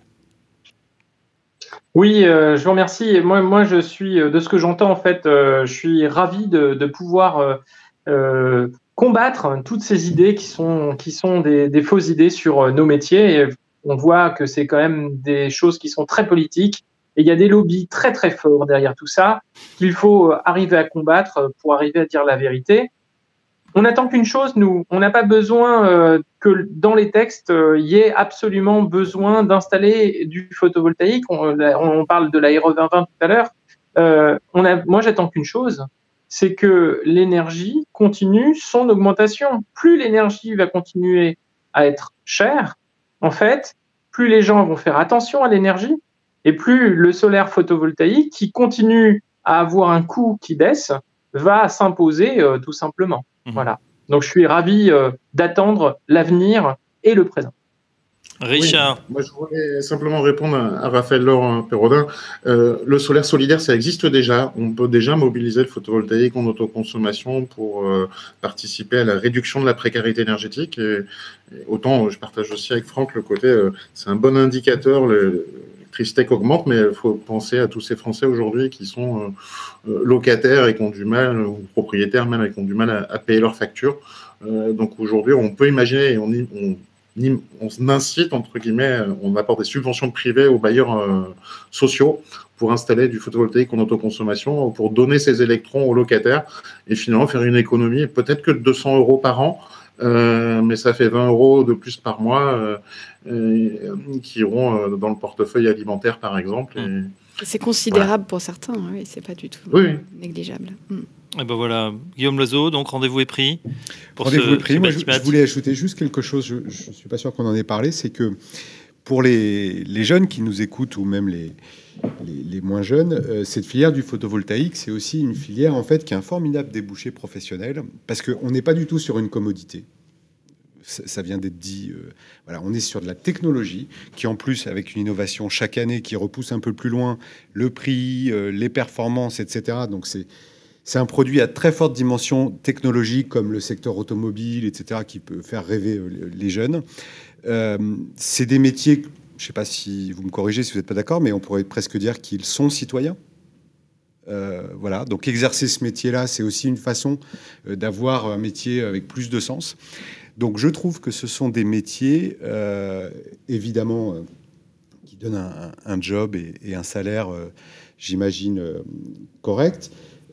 Oui, euh, je vous remercie. Moi, moi, je suis, de ce que j'entends, en fait, euh, je suis ravi de, de pouvoir... Euh, euh, combattre toutes ces idées qui sont, qui sont des, des fausses idées sur nos métiers. Et on voit que c'est quand même des choses qui sont très politiques. Et il y a des lobbies très, très forts derrière tout ça qu'il faut arriver à combattre pour arriver à dire la vérité. On n'attend qu'une chose, nous. On n'a pas besoin euh, que dans les textes, il euh, y ait absolument besoin d'installer du photovoltaïque. On, on parle de la R E vingt vingt tout à l'heure. Euh, on a, moi, j'attends qu'une chose, c'est que l'énergie continue son augmentation. Plus l'énergie va continuer à être chère, en fait, plus les gens vont faire attention à l'énergie et plus le solaire photovoltaïque, qui continue à avoir un coût qui baisse, va s'imposer euh, tout simplement. Mmh. Voilà. Donc, je suis ravi euh, d'attendre l'avenir et le présent. Richard. Oui, moi, je voulais simplement répondre à, à Raphaël Laure Perrodin. Euh, le solaire solidaire, ça existe déjà. On peut déjà mobiliser le photovoltaïque en autoconsommation pour euh, participer à la réduction de la précarité énergétique. Et, et autant, je partage aussi avec Franck le côté, euh, c'est un bon indicateur. Le, l'électricité augmente, mais il faut penser à tous ces Français aujourd'hui qui sont euh, locataires et qui ont du mal, ou propriétaires même, et qui ont du mal à, à payer leurs factures. Euh, donc aujourd'hui, on peut imaginer, et on, on on incite, entre guillemets, on apporte des subventions privées aux bailleurs euh, sociaux pour installer du photovoltaïque en autoconsommation, pour donner ces électrons aux locataires et finalement faire une économie, peut-être que de deux cents euros par an, euh, mais ça fait vingt euros de plus par mois euh, euh, qui iront euh, dans le portefeuille alimentaire, par exemple. Et... C'est considérable voilà. pour certains, oui, c'est pas du tout oui, oui. négligeable. Mm. Et ben voilà, Guillaume Loiseau, donc rendez-vous est pris. Pour rendez-vous ce, est pris. Ce Moi, je, je voulais ajouter juste quelque chose. Je ne suis pas sûr qu'on en ait parlé. C'est que pour les, les jeunes qui nous écoutent ou même les, les, les moins jeunes, euh, cette filière du photovoltaïque, c'est aussi une filière en fait qui a un formidable débouché professionnel parce qu'on n'est pas du tout sur une commodité. Ça vient d'être dit. Euh, voilà, on est sur de la technologie qui, en plus, avec une innovation chaque année qui repousse un peu plus loin le prix, euh, les performances, et cetera. Donc, c'est, c'est un produit à très forte dimension technologique, comme le secteur automobile, et cetera, qui peut faire rêver euh, les jeunes. Euh, c'est des métiers, je ne sais pas si vous me corrigez si vous n'êtes pas d'accord, mais on pourrait presque dire qu'ils sont citoyens. Euh, voilà, donc exercer ce métier-là, c'est aussi une façon euh, d'avoir un métier avec plus de sens. Donc je trouve que ce sont des métiers, euh, évidemment, euh, qui donnent un, un job et, et un salaire, euh, j'imagine, euh, correct,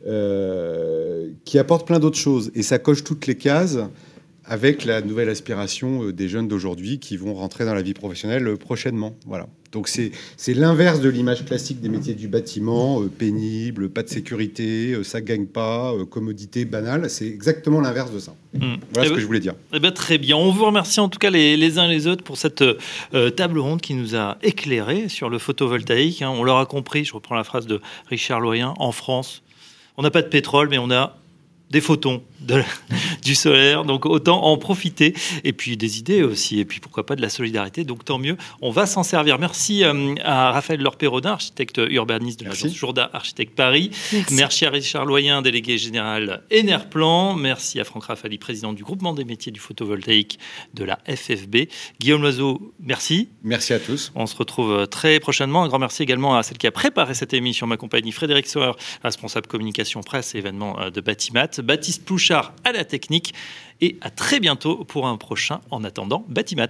euh, qui apportent plein d'autres choses. Et ça coche toutes les cases avec la nouvelle aspiration des jeunes d'aujourd'hui qui vont rentrer dans la vie professionnelle prochainement. Voilà. Donc c'est, c'est l'inverse de l'image classique des métiers du bâtiment, euh, pénible, pas de sécurité, euh, ça gagne pas, euh, commodité banale. C'est exactement l'inverse de ça. Mmh. Voilà eh ce ben, que je voulais dire. Eh ben, très bien. On vous remercie en tout cas les, les uns et les autres pour cette euh, table ronde qui nous a éclairé sur le photovoltaïque. Hein. On l'aura compris, je reprends la phrase de Richard Loyen, en France, on n'a pas de pétrole, mais on a des photons de la, du solaire, donc autant en profiter, et puis des idées aussi, et puis pourquoi pas de la solidarité, donc tant mieux, on va s'en servir. Merci euh, à Raphaël Laure-Perrodin, architecte urbaniste de l'agence Jourda Architecte Paris. Merci. Merci à Richard Loyen, délégué général Enerplan. Merci à Franck Rafali, président du groupement des métiers du photovoltaïque de la F F B. Guillaume Loiseau, merci. Merci à tous. On se retrouve très prochainement. Un grand merci également à celle qui a préparé cette émission, ma compagnie Frédéric Sauer, responsable communication presse et événements de Batimat. Baptiste Plouchard à la technique et à très bientôt pour un prochain En attendant Batimat.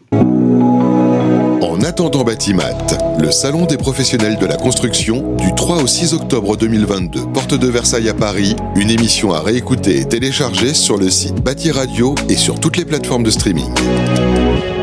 En attendant Batimat, le salon des professionnels de la construction du trois au six octobre deux mille vingt-deux, porte de Versailles à Paris, une émission à réécouter et télécharger sur le site Bati Radio et sur toutes les plateformes de streaming.